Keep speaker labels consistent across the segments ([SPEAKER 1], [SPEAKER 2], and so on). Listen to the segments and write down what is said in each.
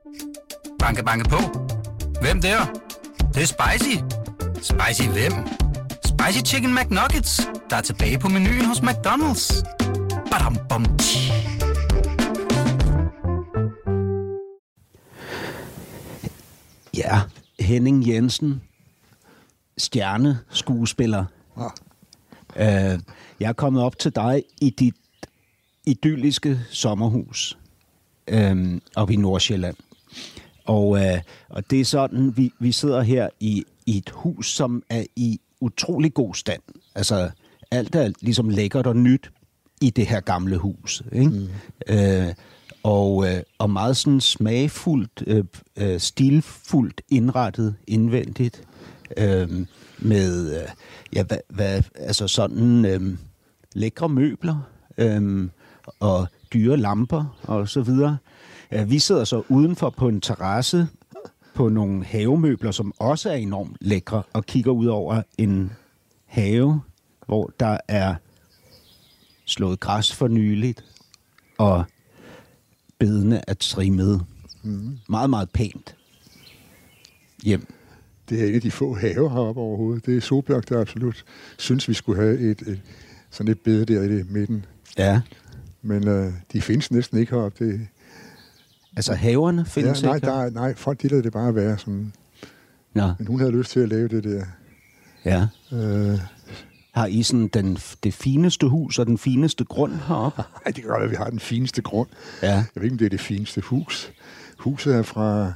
[SPEAKER 1] Banke, banke på. Hvem der? Det er spicy. Spicy hvem? Spicy Chicken McNuggets, der er tilbage på menuen hos McDonald's. Badum, bom,
[SPEAKER 2] ja, Henning Jensen, stjerneskuespiller. Jeg er kommet op til dig i dit idylliske sommerhus oppe i Nordsjælland. Og det er sådan, vi sidder her i et hus, som er i utrolig god stand. Altså, alt er ligesom lækkert og nyt i det her gamle hus, ikke? Og meget sådan smagfuldt, stilfuldt indrettet indvendigt, med altså sådan lækre møbler og dyre lamper og så videre. Vi sidder så udenfor på en terrasse på nogle havemøbler, som også er enormt lækre, og kigger ud over en have, hvor der er slået græs for nyligt, og bedene er trimmet. Meget, meget pænt hjem.
[SPEAKER 3] Det er en af de få haver heroppe overhovedet. Det er Solbjerg, der absolut synes, vi skulle have sådan et bede der i midten.
[SPEAKER 2] Ja.
[SPEAKER 3] Men de findes næsten ikke heroppe.
[SPEAKER 2] Altså haverne findes ikke?
[SPEAKER 3] Nej, folk lader det bare være sådan.
[SPEAKER 2] Nå.
[SPEAKER 3] Men hun havde lyst til at lave det der.
[SPEAKER 2] Ja. Har I sådan det fineste hus og den fineste grund heroppe?
[SPEAKER 3] Nej, det kan godt være, at vi har den fineste grund.
[SPEAKER 2] Ja.
[SPEAKER 3] Jeg ved ikke, om det er det fineste hus. Huset er fra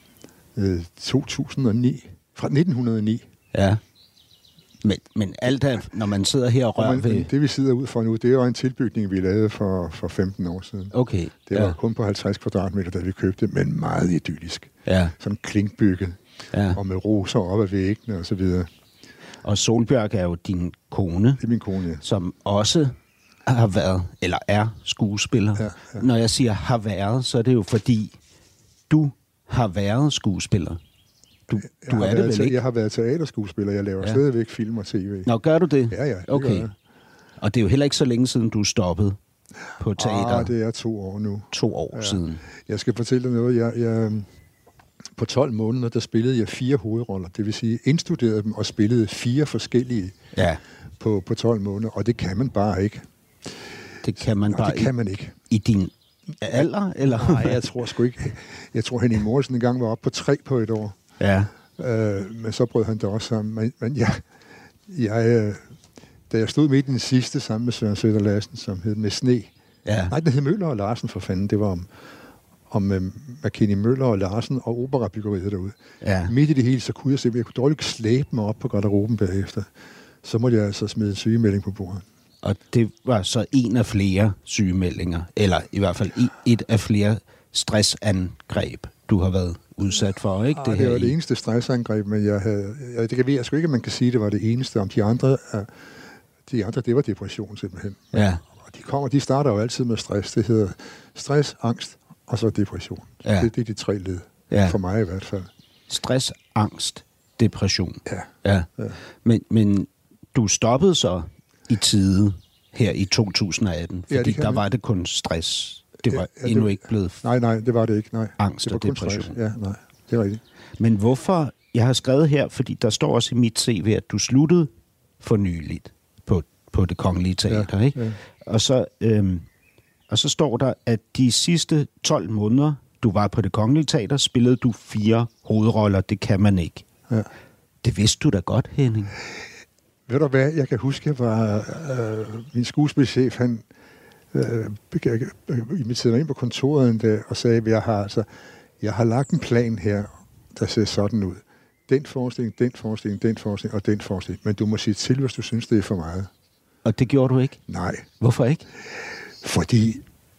[SPEAKER 3] 2009. Fra 1909.
[SPEAKER 2] Ja. Men alt er, når man sidder her og rører ved...
[SPEAKER 3] Det, vi sidder ud for nu, det er jo en tilbygning, vi lavede for 15 år siden.
[SPEAKER 2] Okay.
[SPEAKER 3] Det var kun på 50 kvadratmeter, da vi købte, men meget idyllisk.
[SPEAKER 2] Ja.
[SPEAKER 3] Sådan klinkbygget. Ja. Og med roser op ad væggene og så videre.
[SPEAKER 2] Og Solbjørg er jo din kone.
[SPEAKER 3] Det er min kone, ja.
[SPEAKER 2] Som også har været, eller er skuespiller. Ja, ja. Når jeg siger har været, så er det jo fordi, du har været skuespiller. Du er det vel ikke?
[SPEAKER 3] Jeg har været teaterskuespiller. Jeg laver stadigvæk film og tv.
[SPEAKER 2] Nå, gør du det?
[SPEAKER 3] Ja,
[SPEAKER 2] okay. Og det er jo heller ikke så længe siden, du stoppede på teater.
[SPEAKER 3] Det er 2 år nu.
[SPEAKER 2] 2 år siden.
[SPEAKER 3] Jeg skal fortælle dig noget. Jeg på 12 måneder, der spillede jeg 4 hovedroller. Det vil sige, indstuderede dem og spillede 4 forskellige på 12 måneder. Og det kan man bare ikke.
[SPEAKER 2] Det kan man bare
[SPEAKER 3] det kan man ikke.
[SPEAKER 2] I din alder? Eller?
[SPEAKER 3] Nej, jeg tror sgu ikke. Jeg tror, Henning Morrison engang var oppe på 3 på et år.
[SPEAKER 2] Ja.
[SPEAKER 3] Men så brød han det også sammen. Men da jeg stod midt i den sidste sammen med Søren Søder Larsen, som hed Med Sne.
[SPEAKER 2] Ja.
[SPEAKER 3] Nej, den hed Møller og Larsen for fanden. Det var om McKinney Møller og Larsen og operabyggeriet derude.
[SPEAKER 2] Ja.
[SPEAKER 3] Midt i det hele, så kunne jeg dårligt slæbe mig op på garderoben bagefter. Så måtte jeg altså smide en sygemelding på bordet.
[SPEAKER 2] Og det var så en af flere sygemeldinger, eller i hvert fald et af flere stressangreb, du har været udsat for, ikke?
[SPEAKER 3] Det var det eneste stressangreb, men det kan jeg sgu ikke, at man kan sige, at det var det eneste. Om de andre, det var depression simpelthen.
[SPEAKER 2] Ja.
[SPEAKER 3] Og de starter jo altid med stress. Det hedder stress, angst og så depression.
[SPEAKER 2] Ja.
[SPEAKER 3] Det er de 3 led, for mig i hvert fald.
[SPEAKER 2] Stress, angst, depression.
[SPEAKER 3] Ja.
[SPEAKER 2] Men du stoppede så i tide her i 2018, fordi der var det kun stress. Det var endnu ikke blevet...
[SPEAKER 3] Nej, det var det ikke. Nej.
[SPEAKER 2] Angst
[SPEAKER 3] det var
[SPEAKER 2] og depression.
[SPEAKER 3] Stress. Ja, nej, det er rigtigt.
[SPEAKER 2] Men hvorfor... Jeg har skrevet her, fordi der står også i mit CV, at du sluttede for nyligt på Det Kongelige Teater, ikke? Ja. Og så står der, at de sidste 12 måneder, du var på Det Kongelige Teater, spillede du 4 hovedroller. Det kan man ikke. Ja. Det vidste du da godt, Henning.
[SPEAKER 3] Ved du hvad? Jeg kan huske, jeg var... min skuespilchef, han inviterede mig ind på kontoret en dag og sagde, at jeg har lagt en plan her, der ser sådan ud. Den forestilling, den forestilling, den forestilling og den forestilling. Men du må sige til, hvis du synes, det er for meget.
[SPEAKER 2] Og det gjorde du ikke?
[SPEAKER 3] Nej.
[SPEAKER 2] Hvorfor ikke?
[SPEAKER 3] Fordi...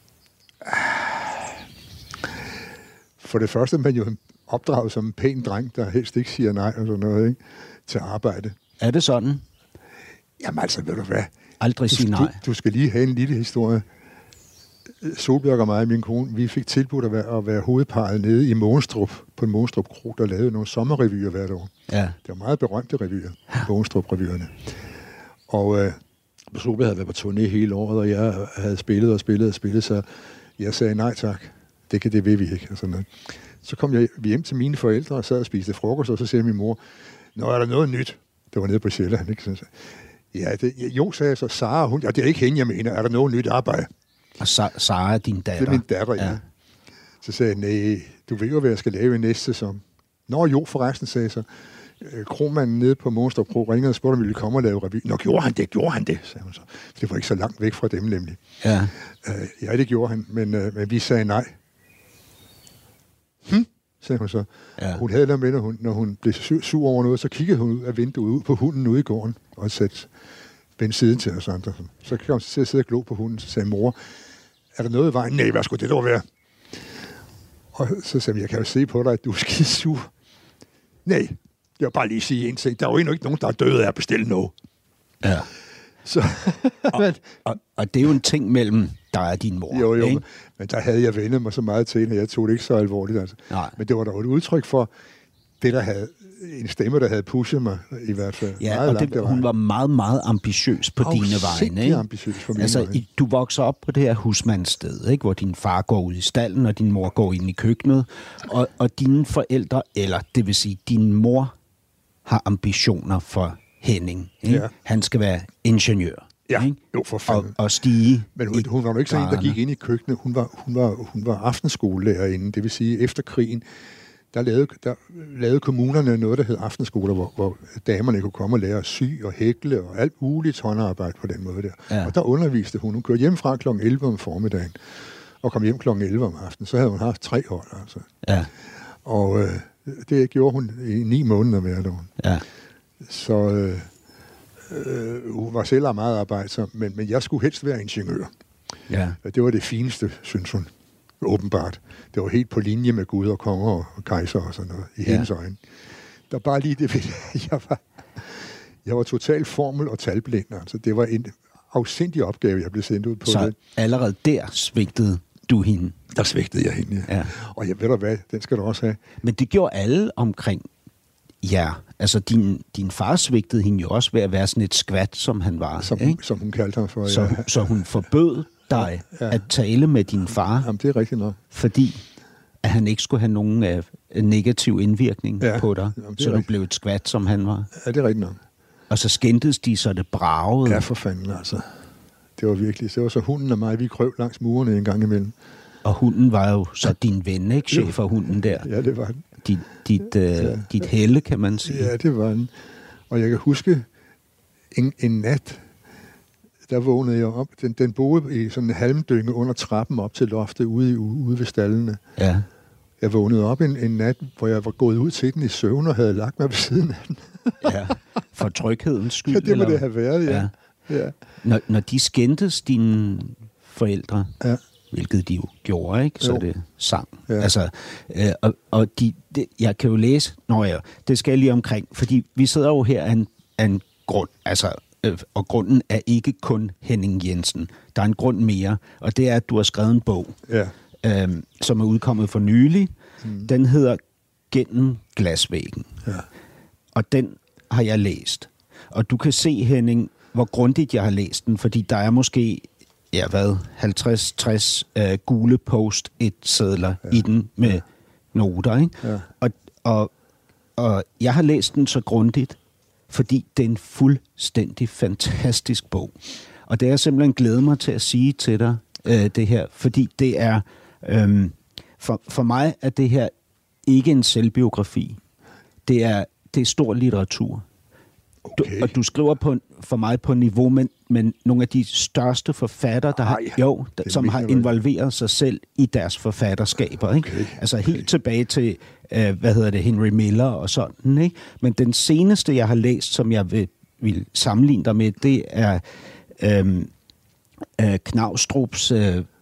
[SPEAKER 3] For det første er man jo opdraget som en pæn dreng, der helst ikke siger nej og sådan noget, ikke? Til arbejde.
[SPEAKER 2] Er det sådan?
[SPEAKER 3] Jamen altså, ved du hvad?
[SPEAKER 2] Aldrig sige nej.
[SPEAKER 3] Du skal lige have en lille historie. Solbjørg og mig, min kone, vi fik tilbudt at være hovedparret nede i Mogenstrup, på en Mogenstrup Kro, der lavede nogle sommerrevyer hvert år.
[SPEAKER 2] Ja.
[SPEAKER 3] Det var meget berømte revyer, Mogenstrup-revyerne. Og Solbjørg havde været på turné hele året, og jeg havde spillet, så jeg sagde nej tak det vil vi ikke. Og sådan noget. Så kom jeg hjem til mine forældre og sad og spiste frokost, og så siger min mor, nå, er der noget nyt? Det var nede på Sjælland, ikke? Så, ja, jo, sagde jeg så, Sara, hun, ja, det er ikke hende, jeg mener, er der noget nyt arbejde?
[SPEAKER 2] Og Sara er din datter?
[SPEAKER 3] Det er min datter, ja. Så sagde jeg, nej, du ved jo, hvad jeg skal lave i næste sæson. Nå jo, forresten, sagde jeg så. Kromanden nede på Mogenstrup Kro ringede og spurgte, om vi ville komme og lave revy. Nå, gjorde han det, sagde hun så. Det var ikke så langt væk fra dem, nemlig.
[SPEAKER 2] Ja.
[SPEAKER 3] Ja, det gjorde han, men vi sagde nej. Sagde hun så. Ja. Hun havde der med, når hun blev sur over noget, så kiggede hun ud af vinduet ud på hunden ude i gården og satte vendte siden til os andre. Så kom hun til at sidde og glo på hunden, så sagde mor, er der noget i vejen? Nej, hvad skulle det dog være? Og så sagde jeg kan jo se på dig, at du er skide sur. Nej, jeg vil bare lige sige en ting. Der er jo endnu ikke nogen, der er døde af at bestille noget.
[SPEAKER 2] Ja.
[SPEAKER 3] Så,
[SPEAKER 2] og det er jo en ting mellem dig og din mor.
[SPEAKER 3] Jo,
[SPEAKER 2] ikke?
[SPEAKER 3] Men der havde jeg vendt mig så meget til hende, jeg tog det ikke så alvorligt. Altså. Men det var da et udtryk for det, der havde en stemme, der havde pushet mig i hvert fald.
[SPEAKER 2] Ja, meget og det, hun var meget, meget ambitiøs på dine vegne. Ikke?
[SPEAKER 3] Ambitiøs for mine
[SPEAKER 2] altså, du vokser op på det her husmandssted, ikke? Hvor din far går ud i stalden, og din mor går ind i køkkenet. Og dine forældre, eller det vil sige, din mor har ambitioner for Henning. Ikke? Ja. Han skal være ingeniør.
[SPEAKER 3] Ja,
[SPEAKER 2] ikke?
[SPEAKER 3] Jo, for fanden.
[SPEAKER 2] Og stige.
[SPEAKER 3] Men hun var jo ikke sådan en, der gik ind i køkkenet. Hun var aftenskolelærerinde, det vil sige efter krigen. Der lavede kommunerne noget, der hed aftenskoler, hvor damerne kunne komme og lære at sy og hækle og alt muligt håndarbejde på den måde der. Ja. Og der underviste hun. Hun kørte hjem fra kl. 11 om formiddagen og kom hjem kl. 11 om aftenen. Så havde hun haft 3 hold, altså. Ja. Og det gjorde hun i 9 måneder hvert år. Ja. Så hun var selv meget arbejdsom, men jeg skulle helst være ingeniør. Ja. Det var det fineste, synes hun. Åbenbart. Det var helt på linje med Gud og konger og kejser og sådan noget i hendes øjne. Der var bare lige det, jeg var totalt formel- og talblind. Altså. Det var en afsindig opgave, jeg blev sendt ud på.
[SPEAKER 2] Så allerede der svigtede du hende?
[SPEAKER 3] Der svigtede jeg hende, ja. Og jeg ved da hvad, den skal du også have.
[SPEAKER 2] Men det gjorde alle omkring jer. Altså din far svigtede hende jo også ved at være sådan et skvat, som han var.
[SPEAKER 3] Som hun kaldte ham for, ja.
[SPEAKER 2] Så hun forbød dig at tale med din far.
[SPEAKER 3] Jamen, det er rigtigt nok.
[SPEAKER 2] Fordi at han ikke skulle have nogen negativ indvirkning på dig, så du blev et skvat, som han var.
[SPEAKER 3] Ja, det er rigtigt nok.
[SPEAKER 2] Og så skændtes de, så det bragede.
[SPEAKER 3] Ja, for fanden altså. Det var virkelig. Det var så hunden og mig, vi krøv langs murene en gang imellem.
[SPEAKER 2] Og hunden var jo så din ven, ikke? Chef for hunden der.
[SPEAKER 3] Ja, det var den.
[SPEAKER 2] Dit helle, kan man sige.
[SPEAKER 3] Ja, det var den. Og jeg kan huske en nat, der vågnede jeg op. Den boede i sådan en halmdynge under trappen op til loftet ude ved stallene. Ja. Jeg vågnede op en nat, hvor jeg var gået ud til den i søvn og havde lagt mig ved siden af den.
[SPEAKER 2] Ja, for tryghedens skyld.
[SPEAKER 3] Ja, det må det have været, ja.
[SPEAKER 2] Når de skændtes, dine forældre, hvilket de jo gjorde, ikke? Så det sang. Ja. Altså, og jeg kan jo læse, det skal jeg lige omkring, fordi vi sidder jo her af en grund, altså, og grunden er ikke kun Henning Jensen. Der er en grund mere, og det er, at du har skrevet en bog, som er udkommet for nylig. Den hedder Gennem glasvæggen. Ja. Og den har jeg læst. Og du kan se, Henning, hvor grundigt jeg har læst den, fordi der er måske 50-60 gule post-it-sedler i den med noter, ikke? Ja. Og jeg har læst den så grundigt, fordi det er en fuldstændig fantastisk bog. Og det er simpelthen glædet mig til at sige til dig det her, fordi det er, for mig er det her ikke en selvbiografi. Det er stor litteratur. Okay. Du skriver for mig på niveau, men nogle af de største forfattere, som har involveret sig selv i deres forfatterskaber. Ikke? Okay. Altså helt tilbage til, Henry Miller og sådan. Ikke? Men den seneste, jeg har læst, som jeg vil sammenligne dig med, det er Knaustrups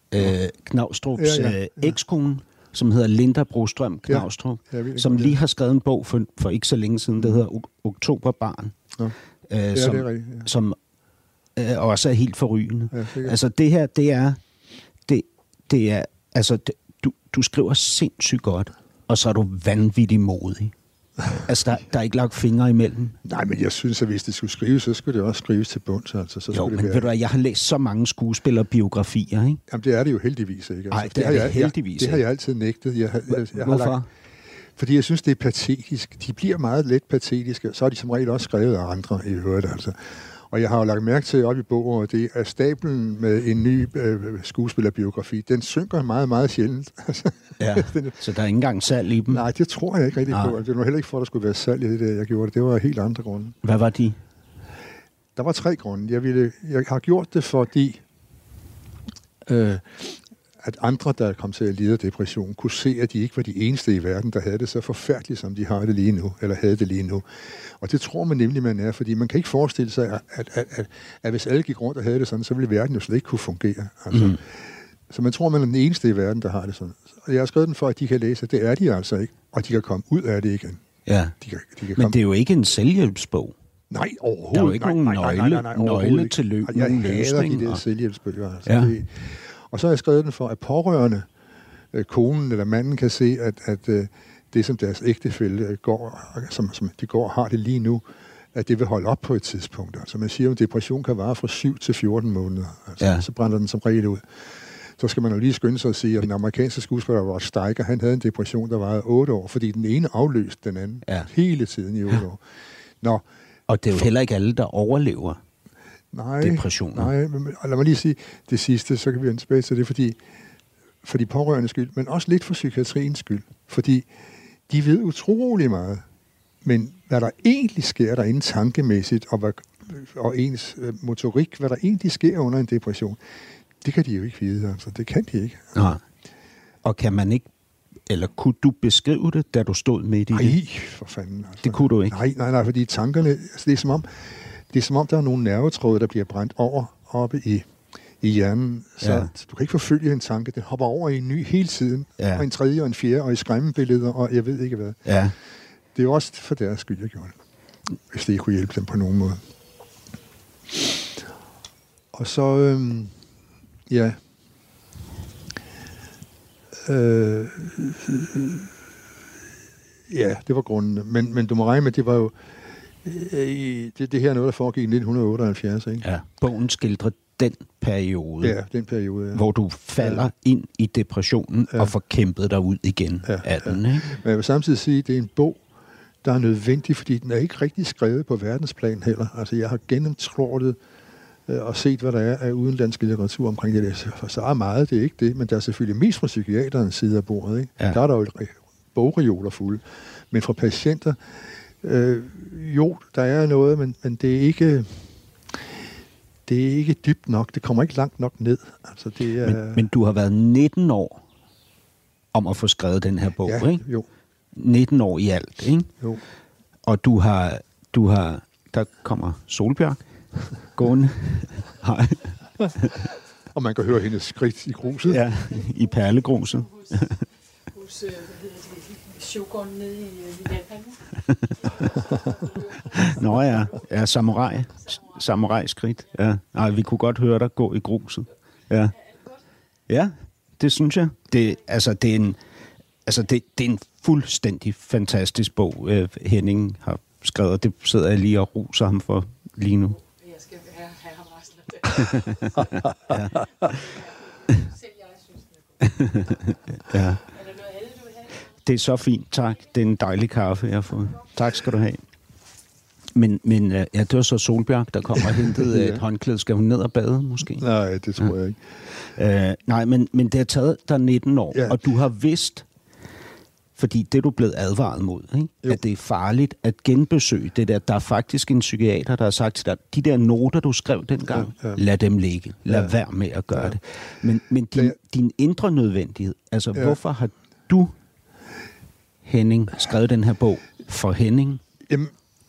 [SPEAKER 2] ekskone, som hedder Linda Brostrøm Knaustrup, som lige har skrevet en bog for ikke så længe siden, der hedder Oktoberbarn, som også er helt forrygende. Ja, altså det her, det er altså du skriver sindssygt godt, og så er du vanvittig modig. Altså, der er ikke lagt fingre imellem?
[SPEAKER 3] Nej, men jeg synes, at hvis det skulle skrives, så skulle det også skrives til bunds. Altså, så
[SPEAKER 2] jo,
[SPEAKER 3] skulle
[SPEAKER 2] men
[SPEAKER 3] det være...
[SPEAKER 2] ved du hvad, jeg har læst så mange skuespillerbiografier, ikke?
[SPEAKER 3] Jamen, det er det jo heldigvis, ikke?
[SPEAKER 2] Nej, det er det heldigvis.
[SPEAKER 3] Det har jeg altid nægtet.
[SPEAKER 2] Hvorfor?
[SPEAKER 3] Fordi jeg synes, det er patetisk. De bliver meget let patetiske, så er de som regel også skrevet af andre i øvrigt, altså. Og jeg har jo lagt mærke til op i bogen, at det er stablen med en ny skuespillerbiografi. Den synker meget, meget sjældent.
[SPEAKER 2] Ja, så der er ikke engang salg i dem?
[SPEAKER 3] Nej, det tror jeg ikke rigtig på. Det var heller ikke for, at der skulle være salg i det der, jeg gjorde. Det var helt andre grunde.
[SPEAKER 2] Hvad var de?
[SPEAKER 3] Der var 3 grunde. Jeg har gjort det, fordi at andre, der kom til at lide af depression, kunne se, at de ikke var de eneste i verden, der havde det så forfærdeligt, som de har det lige nu, eller havde det lige nu. Og det tror man nemlig, man er, fordi man kan ikke forestille sig, at hvis alle gik rundt og havde det sådan, så ville verden jo slet ikke kunne fungere. Altså. Så man tror, man er den eneste i verden, der har det sådan. Og jeg har skrevet den for, at de kan læse, det er de altså ikke, og de kan komme ud af det igen.
[SPEAKER 2] Ja, men det er jo ikke en selvhjælpsbog.
[SPEAKER 3] Nej, overhovedet.
[SPEAKER 2] Der er jo ikke nogen nøgle til løsning.
[SPEAKER 3] Jeg hader de der selvhjælpsbøger. Altså. Ja. Og så har jeg skrevet den for, at pårørende, konen eller manden, kan se, at det, som deres ægtefælle går, som de går og har det lige nu, at det vil holde op på et tidspunkt. Altså man siger, at depression kan vare fra 7 til 14 måneder. Altså, så brænder den som regel ud. Så skal man jo lige skynde sig at sige, at den amerikanske skuespiller Rod Steiger, han havde en depression, der varede 8 år, fordi den ene afløste den anden hele tiden i 8 år. Nå.
[SPEAKER 2] Og det er jo heller ikke alle, der overlever depressioner.
[SPEAKER 3] Nej, men lad mig lige sige det sidste, så kan vi vende tilbage til det, for de pårørendes skyld, men også lidt for psykiatriens skyld. Fordi de ved utrolig meget, men hvad der egentlig sker derinde tankemæssigt, og ens motorik, hvad der egentlig sker under en depression, det kan de jo ikke vide. Altså. Det kan de ikke.
[SPEAKER 2] Nej. Og kan man ikke, eller kunne du beskrive det, da du stod midt i det?
[SPEAKER 3] Nej, for fanden. Altså.
[SPEAKER 2] Det kunne du ikke?
[SPEAKER 3] Nej, fordi tankerne, altså det er som om, der er nogle nervetråde, der bliver brændt over oppe i hjernen. Så du kan ikke forfølge en tanke. Den hopper over i en ny hele tiden. Ja. Og en tredje og en fjerde, og i skræmmebilleder, og jeg ved ikke hvad.
[SPEAKER 2] Ja.
[SPEAKER 3] Det er jo også for deres skyld, jeg gjorde det. Hvis det ikke kunne hjælpe dem på nogen måde. Og så, det var grundene. Men du må regne med, det var jo det her noget, der foregik i 1978, ikke? Ja,
[SPEAKER 2] bogen skildrer den periode.
[SPEAKER 3] Ja, den periode,
[SPEAKER 2] hvor du falder ind i depressionen og får kæmpet dig ud igen af den, ikke?
[SPEAKER 3] Men jeg vil samtidig sige, at det er en bog, der er nødvendig, fordi den er ikke rigtig skrevet på verdensplan heller. Altså, jeg har gennemtrådt og set, hvad der er af udenlandsk litteratur omkring det. For så er meget, det er ikke det, men der er selvfølgelig mest fra psykiaterens side af bordet, ikke? Ja. Der er der jo bogreoler fulde. Men fra patienter, jo, der er noget, men det er ikke dybt nok. Det kommer ikke langt nok ned. Altså, det er...
[SPEAKER 2] men du har været 19 år om at få skrevet den her bog, ikke?
[SPEAKER 3] Jo.
[SPEAKER 2] 19 år i alt, ikke?
[SPEAKER 3] Jo.
[SPEAKER 2] Og du har der kommer Solbjørg gående.
[SPEAKER 3] Og man kan høre hendes skridt i gruset.
[SPEAKER 2] Ja, i perlegruset.
[SPEAKER 4] Hos Shogun nede i Japan.
[SPEAKER 2] Nå ja, samurai-skridt. Ja. Nej, vi kunne godt høre dig gå i gruset. Ja. Ja, det synes jeg. Det er en fuldstændig fantastisk bog, Henning har skrevet. Det sidder jeg lige og roser ham for lige nu.
[SPEAKER 4] Jeg skal have ham resten af det. Selv jeg synes, det er godt.
[SPEAKER 2] Ja.
[SPEAKER 4] Er der noget andet, du vil have?
[SPEAKER 2] Det er så fint, tak. Det er en dejlig kaffe, jeg har fået. Tak skal du have. Men det var så Solbjørg, der kom og hentede et håndklæde. Skal hun ned og bade, måske?
[SPEAKER 3] Nej, det tror jeg ikke.
[SPEAKER 2] Nej, men det har taget dig 19 år, og du har vidst, fordi det du er blevet advaret mod, ikke? At det er farligt at genbesøge det der. Der er faktisk en psykiater, der har sagt til dig, de der noter, du skrev dengang, lad dem ligge. Lad være med at gøre det. Men din indre nødvendighed, altså hvorfor har du, Henning, skrevet den her bog for Henning?
[SPEAKER 3] Jamen,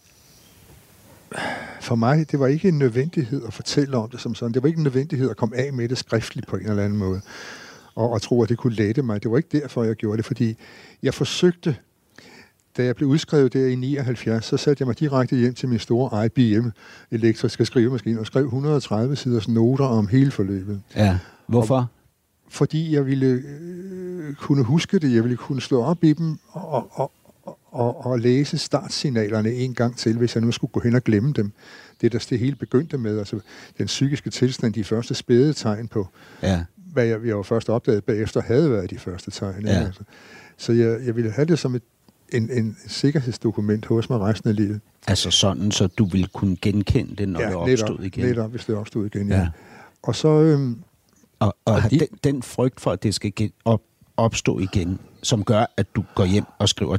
[SPEAKER 3] for mig, det var ikke en nødvendighed at fortælle om det som sådan. Det var ikke en nødvendighed at komme af med det skriftligt på en eller anden måde. Og tro, at det kunne lette mig. Det var ikke derfor, jeg gjorde det, fordi jeg forsøgte, da jeg blev udskrevet der i 79, så satte jeg mig direkte hjem til min store IBM elektriske skrivemaskine og skrev 130 siders noter om hele forløbet.
[SPEAKER 2] Ja, hvorfor?
[SPEAKER 3] Fordi jeg ville kunne huske det, jeg ville kunne slå op i dem at læse startsignalerne en gang til, hvis jeg nu skulle gå hen og glemme dem. Det hele begyndte med, altså den psykiske tilstand, de første spædetegn på, hvad jeg jo først opdagede bagefter, havde været de første tegn. Ja. Altså. Så jeg ville have det som en sikkerhedsdokument hos mig resten af livet.
[SPEAKER 2] Altså sådan, så du ville kunne genkende det, når det opstod igen?
[SPEAKER 3] Ja, netop, hvis det opstod igen, ja. Og så...
[SPEAKER 2] Og den frygt for, at det skal opstå igen, som gør, at du går hjem og skriver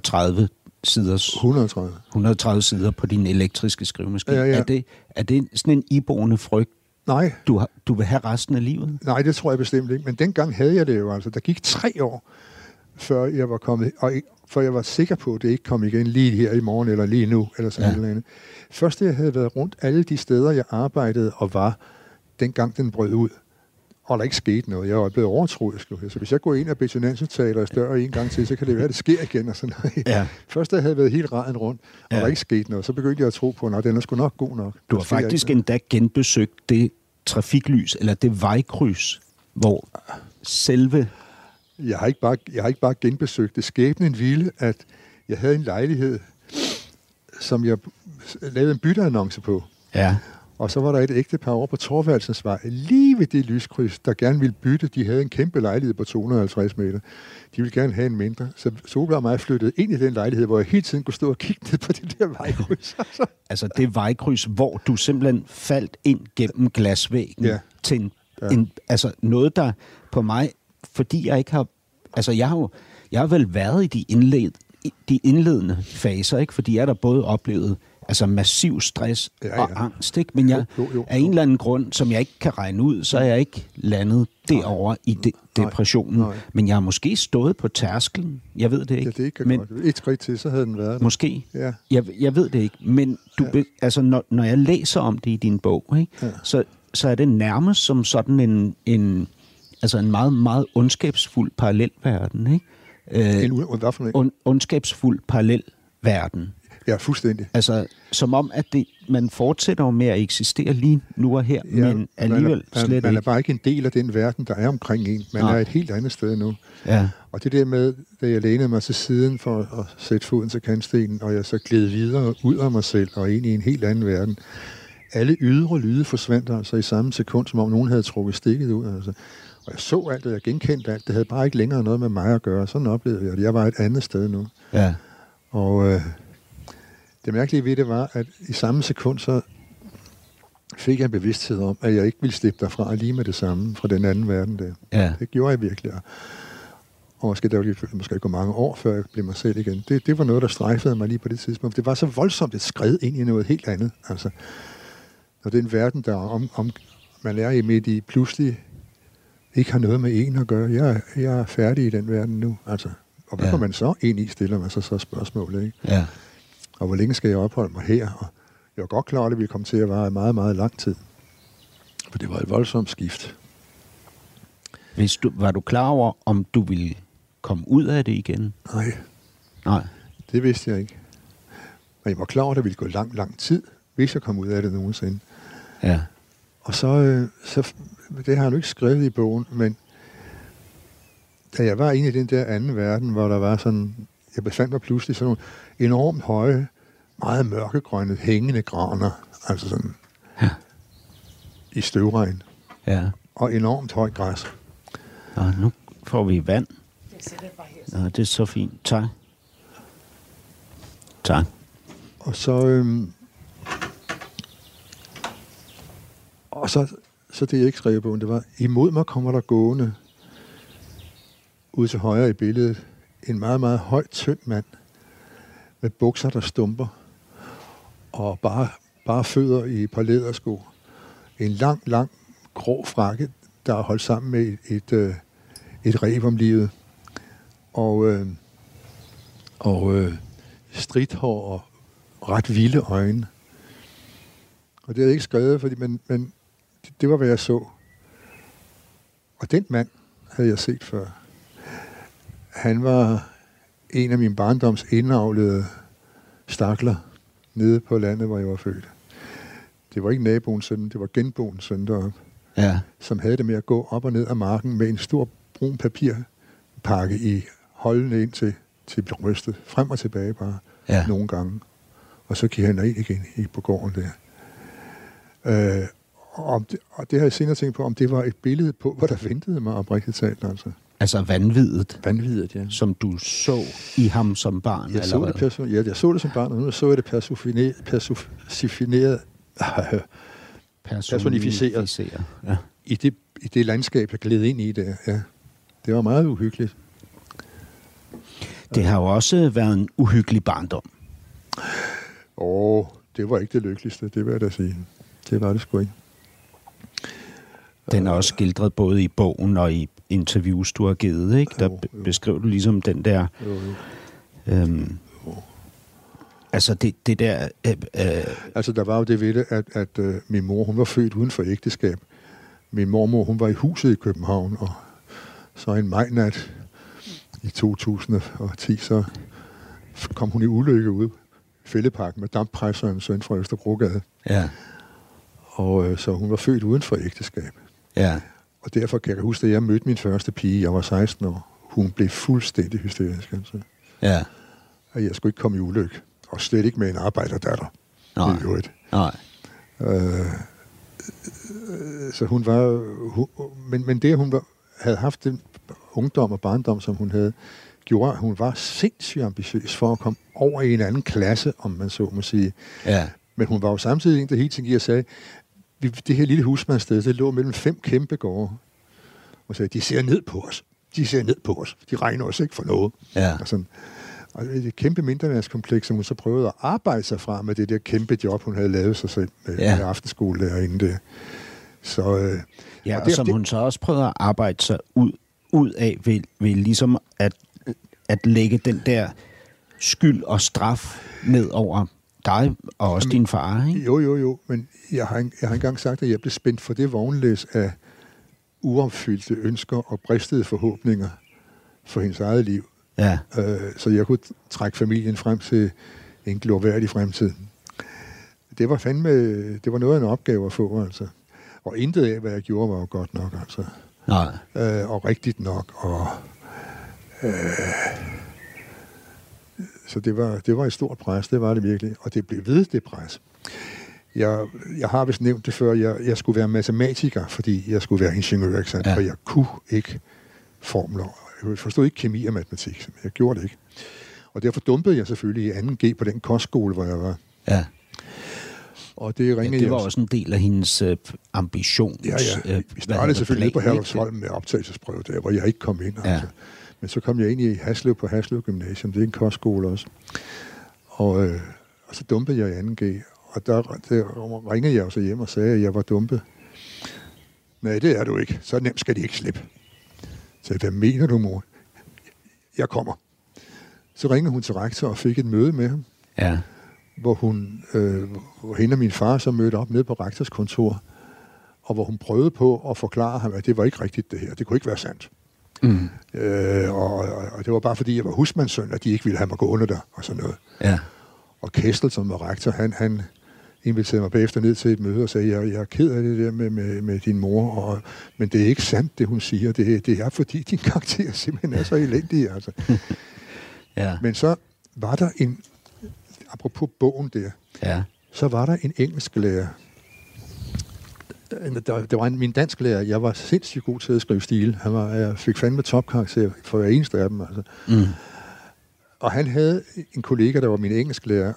[SPEAKER 2] 130 sider på din elektriske skrivemaskine. Ja. Er det sådan en iboende frygt,
[SPEAKER 3] nej,
[SPEAKER 2] du vil have resten af livet?
[SPEAKER 3] Nej, det tror jeg bestemt ikke. Men dengang havde jeg det jo altså. Der gik 3 år, før jeg var kommet, og før jeg var sikker på, at det ikke kom igen lige her i morgen, eller lige nu, eller sådan noget andet. Først jeg havde været rundt alle de steder, jeg arbejdede og var, dengang den brød ud, og der ikke skete noget. Jeg var blevet overtroet, så hvis jeg går ind og Betty taler større en gang til, så kan det være, at det sker igen. Og sådan noget. Ja. Først jeg havde været helt raden rundt, og der ikke skete noget, så begyndte jeg at tro på, at den er sgu nok god nok.
[SPEAKER 2] Du har faktisk endda genbesøgt det trafiklys, eller det vejkryds, hvor selve...
[SPEAKER 3] Jeg har ikke bare genbesøgt det. Skæbnen ville, at jeg havde en lejlighed, som jeg lavede en bytteannonce på. Ja. Og så var der et ægtepar over på Thorvaldsensvej, lige ved det lyskryds, der gerne ville bytte. De havde en kæmpe lejlighed på 250 meter. De ville gerne have en mindre. Så Solberg og mig flyttede ind i den lejlighed, hvor jeg hele tiden kunne stå og kigge ned på det der vejkryds.
[SPEAKER 2] Altså det vejkryds, hvor du simpelthen faldt ind gennem glasvæggen til altså noget, der på mig, fordi jeg ikke har... Altså jeg har vel været i de indledende faser, ikke? Fordi jeg der både oplevet altså massiv stress og angst, ikke? Men jeg af en eller anden grund, som jeg ikke kan regne ud, så er jeg ikke landet derovre i depressionen. Nej. Men jeg har måske stået på tærsklen. Jeg ved det ikke.
[SPEAKER 3] Ja, det kan godt. Et skridt til, så havde den været der.
[SPEAKER 2] Måske. Ja. Jeg ved det ikke. Men altså, når jeg læser om det i din bog, ikke? Så er det nærmest som sådan en meget, meget ondskabsfuld parallelverden, ikke? Ondskabsfuld parallelverden.
[SPEAKER 3] Ja, fuldstændig.
[SPEAKER 2] Altså, som om, at man fortsætter med at eksistere lige nu og her, men alligevel slet ikke.
[SPEAKER 3] Man er bare ikke en del af den verden, der er omkring en. Man er et helt andet sted nu. Ja. Og det der med, da jeg lænede mig til siden for at sætte foden til kantstenen, og jeg så gled videre ud af mig selv og ind i en helt anden verden. Alle ydre lyde forsvandt altså i samme sekund, som om nogen havde trukket stikket ud. Altså. Og jeg så alt, og jeg genkendte alt. Det havde bare ikke længere noget med mig at gøre. Sådan oplevede jeg det. Jeg var et andet sted nu. Ja. Og det mærkelige ved det var, at i samme sekund, så fik jeg en bevidsthed om, at jeg ikke ville slippe derfra lige med det samme fra den anden verden der. Ja. Det gjorde jeg virkelig. Og måske gå mange år, før jeg blev mig selv igen. Det var noget, der strejfede mig lige på det tidspunkt. Det var så voldsomt et skred ind i noget helt andet. Altså, når den verden, der man er i midt i, pludselig ikke har noget med en at gøre. Jeg er færdig i den verden nu. Altså, og hvad går man så ind i, stiller man så spørgsmålet, ikke? Ja. Og hvor længe skal jeg opholde mig her? Og jeg var godt klar, at det ville komme til at vare meget, meget lang tid. For det var et voldsomt skift.
[SPEAKER 2] Var du klar over, om du ville komme ud af det igen?
[SPEAKER 3] Nej. Det vidste jeg ikke. Men jeg var klar over, at det ville gå lang tid, hvis jeg kom ud af det nogensinde. Ja. Og så det har jeg nu ikke skrevet i bogen, men da jeg var inde i den der anden verden, hvor der var sådan, jeg befandt mig pludselig sådan nogle enormt høje, meget mørkegrønne, hængende graner, altså sådan i støvregn. Ja. Og enormt højt græs.
[SPEAKER 2] Og nu får vi vand. Ja, det er så fint. Tak.
[SPEAKER 3] Og så det jeg ikke skrev i bogen, det var, imod mig kommer der gående ud til højre i billedet en meget, meget høj, tynd mand med bukser, der stumper, og bare fødder i et par lædersko. En lang, grå frakke, der er holdt sammen med et reb om livet. Og stridthår og ret vilde øjne. Og det havde jeg ikke skrevet, fordi men det var, hvad jeg så. Og den mand havde jeg set før. Han var en af min barndoms indavlede stakler nede på landet, hvor jeg var født. Det var ikke naboens søn, det var genboens søn deroppe, som havde det med at gå op og ned af marken med en stor brun papirpakke i holdende ind til til at blive rystet. Frem og tilbage bare nogle gange. Og så gik han ind igen på gården der. Og det har jeg senere tænkt på, om det var et billede på, hvor der ventede mig oprigtigt talt.
[SPEAKER 2] Altså vanviddet?
[SPEAKER 3] Vanviddet, ja.
[SPEAKER 2] Som du så i ham som barn?
[SPEAKER 3] Jeg så det som barn, og nu så jeg det personificeret i det landskab, jeg gled ind i der. Ja. Det var meget uhyggeligt.
[SPEAKER 2] Det har jo også været en uhyggelig barndom.
[SPEAKER 3] Det var ikke det lykkeligste, det vil jeg da sige. Det var det sgu ikke.
[SPEAKER 2] Den er også skildret både i bogen og i interviews, du har givet, ikke? Der beskriver du ligesom den der... Altså det der...
[SPEAKER 3] Altså der var jo det ved det, at min mor, hun var født uden for ægteskab. Min mormor, hun var i huset i København, og så en majnat i 2010, så kom hun i ulykke ude i Fælleparken med damppresseren søn fra Østerbrogade.
[SPEAKER 2] Ja.
[SPEAKER 3] Og så hun var født uden for ægteskab.
[SPEAKER 2] Ja.
[SPEAKER 3] Og derfor kan jeg huske, at jeg mødte min første pige, jeg var 16 år. Hun blev fuldstændig hysterisk. Altså.
[SPEAKER 2] Ja.
[SPEAKER 3] Og jeg skulle ikke komme i ulykke. Og slet ikke med en arbejderdatter.
[SPEAKER 2] Nej.
[SPEAKER 3] Så hun var... Men det, hun havde haft den ungdom og barndom, som hun havde, gjorde, at hun var sindssygt ambitiøs for at komme over i en anden klasse, om man så må sige.
[SPEAKER 2] Ja.
[SPEAKER 3] Men hun var jo samtidig en, der hele tiden gik og sagde, det her lille husmandssted, det lå mellem 5 kæmpe gårde. Og sagde, de ser ned på os. De regner os ikke for noget.
[SPEAKER 2] Ja.
[SPEAKER 3] Og det er et kæmpe mindreværdskompleks, som hun så prøvede at arbejde sig fra med det der kæmpe job, hun havde lavet sig selv med aftenskole derinde der. Så,
[SPEAKER 2] og som hun så også prøvede at arbejde sig ud af ved ligesom at lægge den der skyld og straf ned over dig og også din far, ikke?
[SPEAKER 3] Jo, men jeg har engang sagt, at jeg blev spændt for det vognlæs af uopfyldte ønsker og bristede forhåbninger for hendes eget liv.
[SPEAKER 2] Ja.
[SPEAKER 3] Så jeg kunne trække familien frem til en glorværdig fremtid. Det var noget af en opgave at få, altså. Og intet af, hvad jeg gjorde, var jo godt nok, altså.
[SPEAKER 2] Nej.
[SPEAKER 3] Og rigtigt nok, og... Så det var et stort pres, det var det virkelig. Og det blev ved, det pres. Jeg har vist nævnt det før, jeg skulle være matematiker, fordi jeg skulle være ingeniør, ikke sandt? Og jeg kunne ikke formler. Jeg forstod ikke kemi og matematik, jeg gjorde det ikke. Og derfor dumpede jeg selvfølgelig i 2G på den kostskole, hvor jeg var.
[SPEAKER 2] Ja.
[SPEAKER 3] Og det ringede
[SPEAKER 2] det var også en del af hendes ambition.
[SPEAKER 3] Ja. Vi startede selvfølgelig på Herlufsholm med optagelsesprøve der, hvor jeg ikke kom ind. Altså. Men så kom jeg ind i Haslev på Haslev Gymnasium. Det er en kostskole også. Og så dumpede jeg i 2G. Og der ringede jeg så hjem og sagde, at jeg var dumpet. Nej, det er du ikke. Så nemt skal de ikke slippe. Så hvad mener du, mor? Jeg kommer. Så ringede hun til rektor og fik et møde med ham.
[SPEAKER 2] Ja.
[SPEAKER 3] Hvor hende og min far så mødte op nede på rektors kontor, og hvor hun prøvede på at forklare ham, at det var ikke rigtigt det her. Det kunne ikke være sandt.
[SPEAKER 2] Mm.
[SPEAKER 3] Og det var bare fordi, jeg var husmandssøn, at de ikke ville have mig gå under der, og sådan noget.
[SPEAKER 2] Ja. Og
[SPEAKER 3] Kessel, som var rektor, han inviterede mig bagefter ned til et møde og sagde, jeg er ked af det der med din mor, men det er ikke sandt, det hun siger. Det er fordi, din karakter simpelthen er så elendig. Altså.
[SPEAKER 2] Ja.
[SPEAKER 3] Men så var der apropos bogen der, så var der en engelsklærer. Der var min dansklærer, jeg var sindssygt god til at skrive stil. Jeg fik fandme topkarakter for hver eneste af dem. Altså. Mm. Og han havde en kollega, der var min engelsklærer,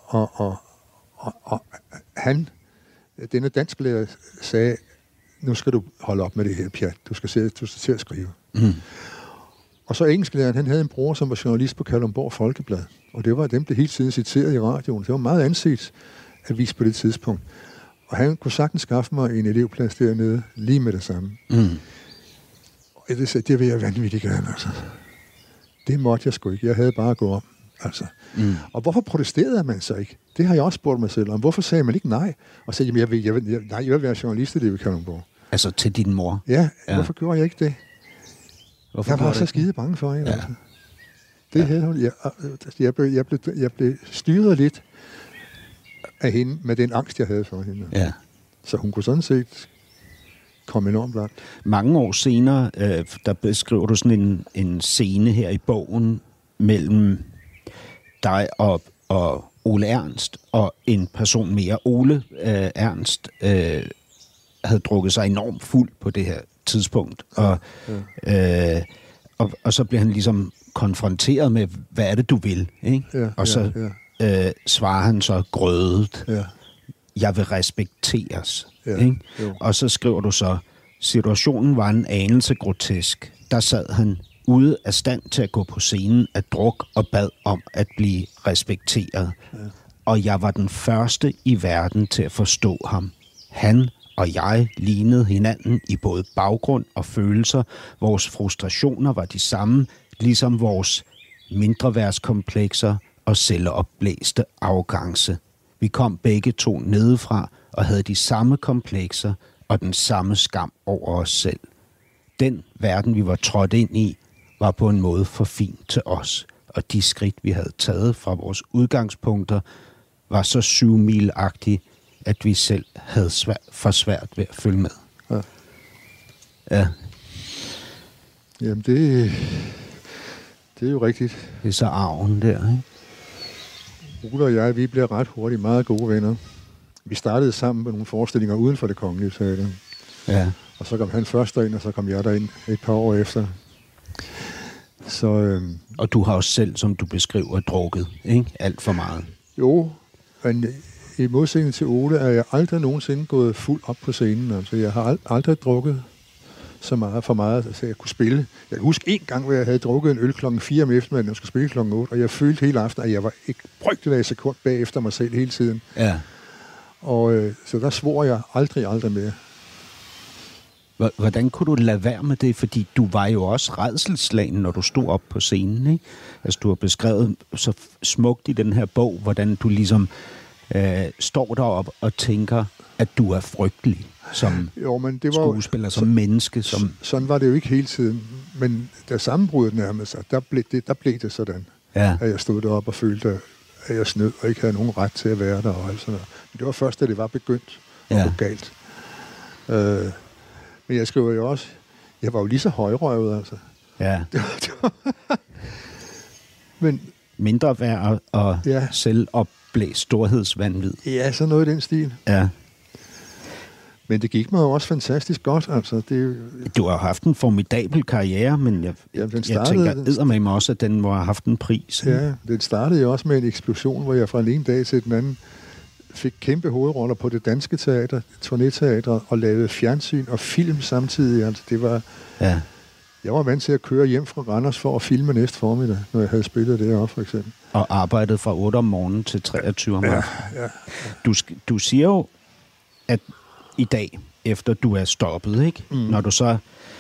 [SPEAKER 3] og han, denne dansklærer, sagde, nu skal du holde op med det her pjat. Du skal til at skrive. Mm. Og så engelsklæreren, han havde en bror, som var journalist på Kalundborg Folkeblad. Og det var dem, der hele tiden citeret i radioen. Det var meget anset avis på det tidspunkt. Og han kunne sagtens skaffe mig en elevplads dernede, lige med det samme. Mm. Og jeg sagde, det vil jeg vanvittigt gerne, altså. Det måtte jeg sgu ikke. Jeg havde bare gået om, altså. Mm. Og hvorfor protesterede man så ikke? Det har jeg også spurgt mig selv om. Hvorfor sagde man ikke nej? Og sagde, jamen, jeg vil være journalist i det ved Kalundborg.
[SPEAKER 2] Altså til din mor?
[SPEAKER 3] Ja, hvorfor gjorde jeg ikke det? Jeg var så skide bange for hende. Ja. Altså. Det havde hun. Jeg blev styret lidt af hende med den angst, jeg havde for hende.
[SPEAKER 2] Ja.
[SPEAKER 3] Så hun kunne sådan set komme enormt langt.
[SPEAKER 2] Mange år senere, der beskriver du sådan en scene her i bogen, mellem dig og Ole Ernst, og en person mere. Ole Ernst havde drukket sig enormt fuld på det her tidspunkt, og så blev han ligesom konfronteret med, hvad er det, du vil? Ikke? Og så svarer han så grødet, jeg vil respekteres. Ikke? Og så skriver du så, situationen var en anelse grotesk. Der sad han ude af stand til at gå på scenen af druk og bad om at blive respekteret. Og jeg var den første i verden til at forstå ham. Han og jeg lignede hinanden i både baggrund og følelser. Vores frustrationer var de samme, ligesom vores mindreværdskomplekser og selvopblæste arrogance. Vi kom begge to nedefra og havde de samme komplekser og den samme skam over os selv. Den verden, vi var trådt ind i, var på en måde for fin til os, og de skridt, vi havde taget fra vores udgangspunkter, var så 7-milagtige, at vi selv havde for svært ved at følge med. Ja.
[SPEAKER 3] Jamen, det er jo rigtigt.
[SPEAKER 2] Det er så arven der, ikke?
[SPEAKER 3] Ole og jeg, vi blev ret hurtigt meget gode venner. Vi startede sammen med nogle forestillinger uden for Det Kongelige Teater.
[SPEAKER 2] Ja.
[SPEAKER 3] Og så kom han først derind, og så kom jeg derind et par år efter. Så,
[SPEAKER 2] og du har også selv, som du beskriver, drukket, ikke? Alt for meget.
[SPEAKER 3] Jo, men i modsætning til Ole er jeg aldrig nogensinde gået fuld op på scenen. Altså, jeg har aldrig drukket så meget for meget, så jeg kunne spille. Jeg kan huske en gang, hvor jeg havde drukket en øl klokken 4 om eftermiddagen, og skulle spille klokken 8, og jeg følte hele aftenen, at jeg var ikke brygtet af sekund bagefter mig selv hele tiden.
[SPEAKER 2] Ja.
[SPEAKER 3] Og så der svor jeg aldrig mere.
[SPEAKER 2] Hvordan kunne du lade være med det? Fordi du var jo også rædselsslagen, når du stod op på scenen, ikke? Altså, du har beskrevet så smukt i den her bog, hvordan du ligesom står derop og tænker, at du er frygtelig som men det var skuespiller, som menneske.
[SPEAKER 3] Sådan var det jo ikke hele tiden. Men da sammenbruddet nærmede sig, der blev det sådan, at jeg stod deroppe og følte, at jeg snød og ikke havde nogen ret til at være der. Og alt sådan noget. Men det var først, da det var begyndt at gå galt. Men jeg skriver jo også, jeg var jo lige så højrøvet, altså.
[SPEAKER 2] Ja.
[SPEAKER 3] Men
[SPEAKER 2] mindre værd og selvopblæst storhedsvanvid.
[SPEAKER 3] Ja, så noget i den stil.
[SPEAKER 2] Ja.
[SPEAKER 3] Men det gik mig jo også fantastisk godt, altså.
[SPEAKER 2] Du har haft en formidabel karriere, men jeg tænker eddermame også, at den må have haft en pris.
[SPEAKER 3] Ja, den startede jo også med en eksplosion, hvor jeg fra en dag til den anden fik kæmpe hovedroller på Det Danske Teater, Turnéteatret, og lavede fjernsyn og film samtidig. Altså, det var... Ja. Jeg var vant til at køre hjem fra Randers for at filme næste formiddag, når jeg havde spillet det op, for eksempel.
[SPEAKER 2] Og arbejdet fra 8 om morgenen til 23 om aftenen. Ja. Du siger jo, at i dag, efter du er stoppet, ikke? Når du så...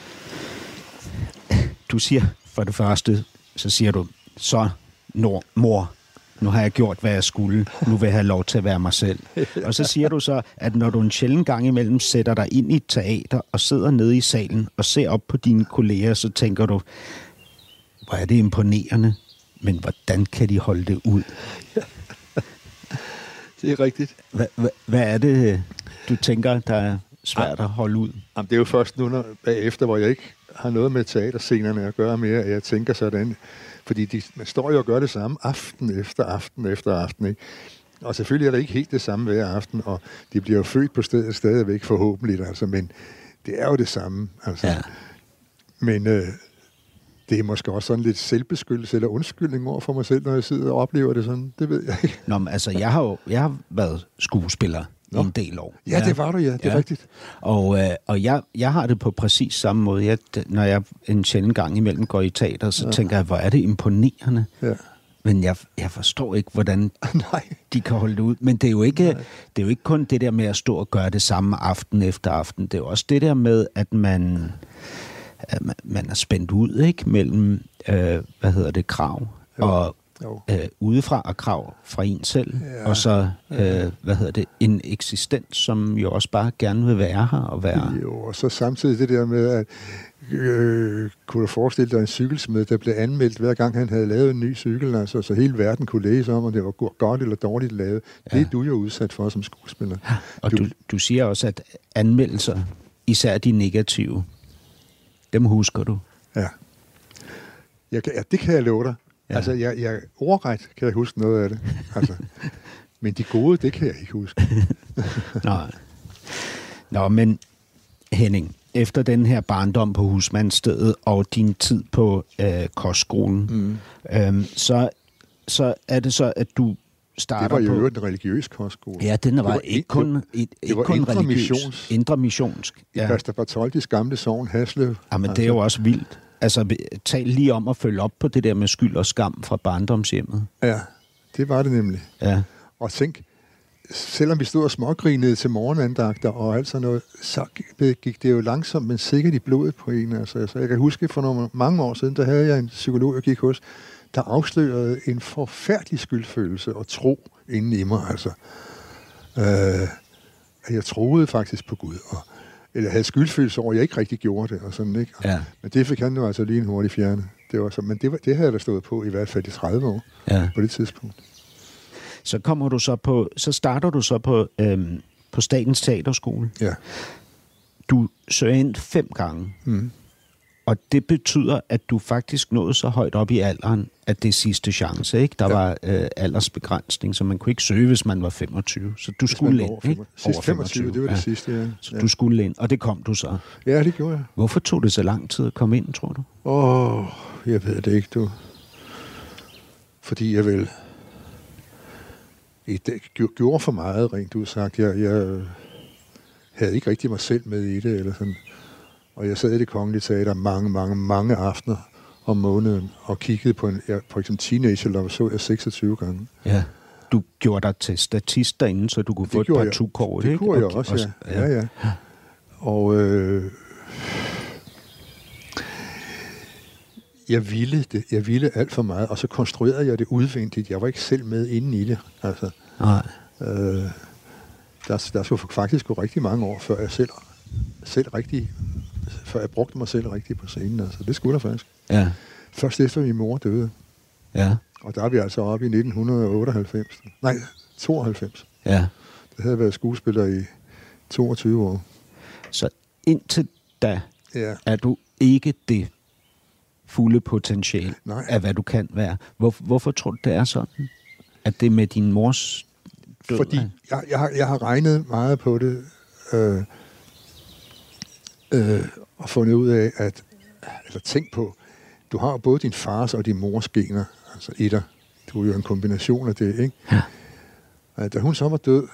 [SPEAKER 2] Du siger for det første, så siger du, så mor, nu har jeg gjort, hvad jeg skulle. Nu vil jeg have lov til at være mig selv. Og så siger du så, at når du en sjælden gang imellem sætter dig ind i et teater og sidder nede i salen og ser op på dine kolleger, så tænker du, hvor er det imponerende, men hvordan kan de holde det ud?
[SPEAKER 3] Det er rigtigt.
[SPEAKER 2] Hvad er det, du tænker, der er svært at holde ud?
[SPEAKER 3] Jamen, det er jo først nu, bagefter, hvor jeg ikke har noget med teaterscenerne at gøre mere, at jeg tænker sådan. Fordi man står jo og gør det samme aften efter aften efter aften, ikke? Og selvfølgelig er det ikke helt det samme hver aften, og de bliver jo født på stedet stadigvæk forhåbentlig, altså, men det er jo det samme. Altså. Ja. Men det er måske også sådan lidt selvbeskyttelse eller undskyldning over for mig selv, når jeg sidder og oplever det sådan. Det ved jeg ikke.
[SPEAKER 2] Nå, men altså, jeg har været skuespiller i en del år.
[SPEAKER 3] Ja, det var du, ja. Det er rigtigt.
[SPEAKER 2] Og jeg har det på præcis samme måde. Når jeg en sjælden gang imellem går i teater, så tænker jeg, hvor er det imponerende. Ja. Men jeg forstår ikke, hvordan de kan holde det ud. Men det er jo ikke kun det der med at stå og gøre det samme aften efter aften. Det er jo også det der med, at man er spændt ud, ikke? Mellem, krav og udefra og krav fra en selv, og så, en eksistens, som jo også bare gerne vil være her og være.
[SPEAKER 3] Jo, og så samtidig det der med, at kunne du forestille dig en cykelsmed, der blev anmeldt hver gang han havde lavet en ny cykel, altså, så hele verden kunne læse om, om det var godt eller dårligt lavet. Det er du jo udsat for som skuespiller.
[SPEAKER 2] Og du siger også, at anmeldelser, især de negative, dem husker du.
[SPEAKER 3] Ja. Det kan jeg love dig.
[SPEAKER 2] Ja.
[SPEAKER 3] Altså, jeg ordret kan jeg huske noget af det. Altså, men de gode, det kan jeg ikke huske.
[SPEAKER 2] Nej. Nå, men Henning, efter den her barndom på husmandsstedet og din tid på kostskolen, så er det så, at du starter på...
[SPEAKER 3] Det var jo en religiøs kostskole.
[SPEAKER 2] Ja, den var ikke kun religiøs. Indre missionsk.
[SPEAKER 3] Ja. Pastor Bartholdis gamle sogn, Haslev.
[SPEAKER 2] Ja, men det er jo også vildt. Altså, tal lige om at følge op på det der med skyld og skam fra barndomshjemmet.
[SPEAKER 3] Ja, det var det nemlig.
[SPEAKER 2] Ja.
[SPEAKER 3] Og tænk, selvom vi stod og smågrinede til morgenandagter og alt sådan noget, så gik det jo langsomt, men sikkert i blodet på en. Altså, jeg kan huske, for mange år siden, der havde jeg en psykolog, jeg gik hos, der afslørede en forfærdelig skyldfølelse og tro inden i mig. Altså, jeg troede faktisk på Gud, eller havde skyldfølelse over, at jeg ikke rigtig gjorde det. Og sådan, ikke?
[SPEAKER 2] Ja.
[SPEAKER 3] Men det fik han jo altså lige en hurtig fjerne. Men det havde jeg da stået på i hvert fald i 30 år på det tidspunkt.
[SPEAKER 2] Så starter du så på Statens Teaterskole.
[SPEAKER 3] Ja.
[SPEAKER 2] Du søger ind 5 gange. Og det betyder, at du faktisk nåede så højt op i alderen, at det er sidste chance, ikke? Der var aldersbegrænsning, så man kunne ikke søge, hvis man var 25. Så du skulle ind, ikke?
[SPEAKER 3] Sidste 25, det var det sidste, ja.
[SPEAKER 2] Så du skulle ind, og det kom du så.
[SPEAKER 3] Ja, det gjorde jeg.
[SPEAKER 2] Hvorfor tog det så lang tid at komme ind, tror du?
[SPEAKER 3] Jeg ved det ikke, du. Fordi jeg vel... Det gjorde for meget, rent ud sagt. Jeg havde ikke rigtig mig selv med i det, eller sådan. Og jeg sad i Det Kongelige Teater mange aftener om måneden, og kiggede på for eksempel Teenager Love, så jeg 26 gange. Ja.
[SPEAKER 2] Du gjorde dig til statist derinde, så du kunne få et par tukår, ikke?
[SPEAKER 3] Det gjorde jeg også, ja. Og jeg ville det. Jeg ville alt for meget, og så konstruerede jeg det udvendigt. Jeg var ikke selv med inde i det. Altså,
[SPEAKER 2] nej.
[SPEAKER 3] Der skulle faktisk gå rigtig mange år, før jeg før jeg brugte mig selv rigtigt på scenen. Altså, det skulle der faktisk.
[SPEAKER 2] Ja.
[SPEAKER 3] Først efter min mor døde.
[SPEAKER 2] Ja.
[SPEAKER 3] Og der er vi altså oppe i 1998. Nej, 92.
[SPEAKER 2] Ja.
[SPEAKER 3] Der havde jeg været skuespiller i 22 år.
[SPEAKER 2] Så indtil da er du ikke det fulde potentiale af, hvad du kan være. Hvorfor tror du, det er sådan? At det med din mors død?
[SPEAKER 3] Fordi jeg har regnet meget på det, og fundet ud af, eller tænkt på, du har både din fars og din mors gener, altså etter. Du er jo en kombination af det, ikke? Ja. Da hun så var død,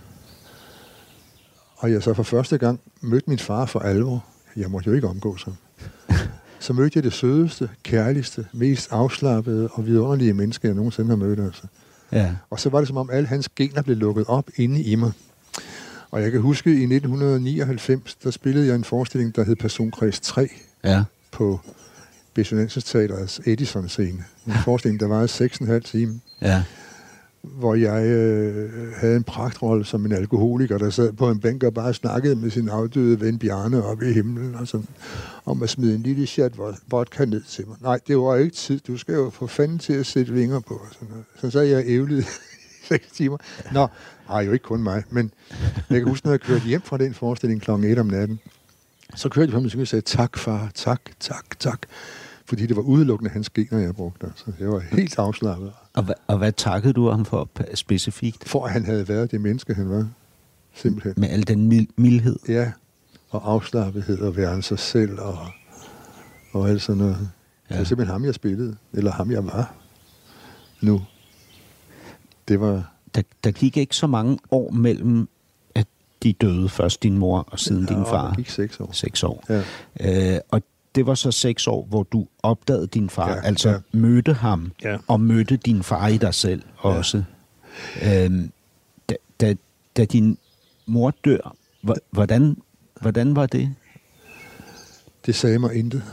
[SPEAKER 3] og jeg så for første gang mødte min far for alvor, jeg måtte jo ikke omgås ham, så mødte jeg det sødeste, kærligste, mest afslappede og vidunderlige menneske, jeg nogensinde har mødt. Altså.
[SPEAKER 2] Ja.
[SPEAKER 3] Og så var det som om alle hans gener blev lukket op inde i mig. Og jeg kan huske, i 1999, der spillede jeg en forestilling, der hed Personkreds 3 på Besonenses Teaterets Edison-scene. En forestilling, der var 6,5 timer. Ja. Hvor jeg havde en pragtrolle som en alkoholiker, der sad på en bænk og bare snakkede med sin afdøde ven Bjarne oppe i himlen, og sådan, om at smide en lille chat vodka ned til mig. Nej, det var ikke tid. Du skal jo få fanden til at sætte vinger på. Og sådan noget. Så jeg ævlede i 6 timer. Nå, jo ikke kun mig, men jeg kan huske, når jeg kørte hjem fra den forestilling kl. 1 om natten, så kørte jeg på mig og sagde, tak far, tak. Fordi det var udelukkende hans gener, jeg brugte. Så jeg var helt afslappet.
[SPEAKER 2] Og hvad takkede du ham for specifikt?
[SPEAKER 3] For at han havde været det menneske, han var. Simpelthen.
[SPEAKER 2] Med al den mildhed?
[SPEAKER 3] Ja, og afslappethed og være sig selv og alt sådan noget. Ja. Det var simpelthen ham, jeg spillede. Eller ham, jeg var. Nu. Det var...
[SPEAKER 2] Der gik ikke så mange år mellem, at de døde, først din mor og siden din far.
[SPEAKER 3] Det gik 6 år.
[SPEAKER 2] 6 år.
[SPEAKER 3] Ja.
[SPEAKER 2] Og det var så 6 år, hvor du opdagede din far, mødte ham, og mødte din far i dig selv også. Da din mor dør, hvordan var det?
[SPEAKER 3] Det sagde mig intet.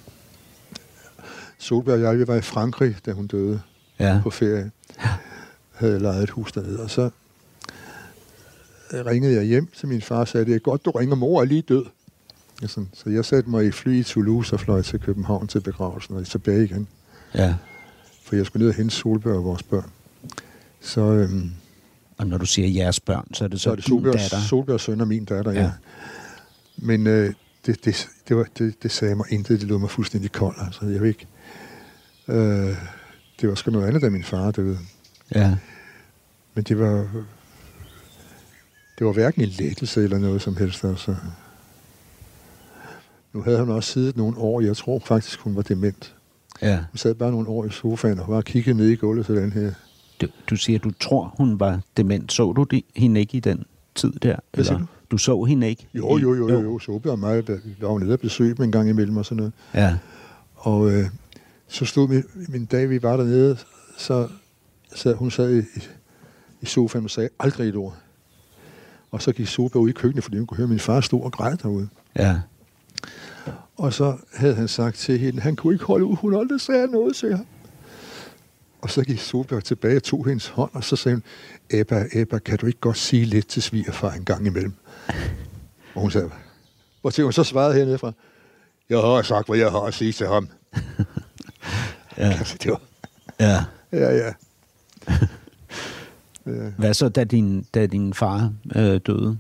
[SPEAKER 3] Solberg og jeg, vi var i Frankrig, da hun døde på ferie. Havde lejet et hus dernede, og så ringede jeg hjem til min far og sagde, det er godt, du ringer, mor er lige død. Så jeg satte mig i fly i Toulouse og fløj til København til begravelsen og tilbage igen. Ja. For jeg skulle ned og hente Solberg og vores børn. Så,
[SPEAKER 2] og når du siger jeres børn, så er det så din datter?
[SPEAKER 3] Solbergs søn og min datter, ja. Men det sagde mig intet, det lå mig fuldstændig kold. Altså, jeg ved ikke. det var sgu noget andet, da min far døde.
[SPEAKER 2] Ja.
[SPEAKER 3] Men det var hverken en lettelse eller noget som helst. Altså. Nu havde hun også siddet nogle år. Jeg tror faktisk, hun var dement.
[SPEAKER 2] Ja.
[SPEAKER 3] Hun sad bare nogle år i sofaen og bare kiggede ned i gulvet til den her.
[SPEAKER 2] Du siger, du tror, hun var dement. Så du hende ikke i den tid der?
[SPEAKER 3] Hvad siger
[SPEAKER 2] Eller? Du så hende ikke?
[SPEAKER 3] Jo. Sobe og mig, der var nede og besøge dem en gang imellem og sådan noget.
[SPEAKER 2] Ja.
[SPEAKER 3] Og så stod min dag, vi var dernede, så hun sad i sofaen og sagde aldrig et ord. Og så gik Sobe ud i køkkenet, fordi hun kunne høre, min far stod og græd derude.
[SPEAKER 2] Ja.
[SPEAKER 3] Og så havde han sagt til hende, han kunne ikke holde ud, hun aldrig sagde noget til ham. Og så gik Sobe tilbage og tog hendes hånd, og så sagde hun, Ebba, kan du ikke godt sige lidt til svigerfar en gang imellem? Og hun sagde, hvor til hun så svarede hernede fra, jeg har sagt, hvad jeg har at sige til ham.
[SPEAKER 2] Ja.
[SPEAKER 3] Altså, det var...
[SPEAKER 2] Ja.
[SPEAKER 3] Ja.
[SPEAKER 2] Hvad så, da din far døde?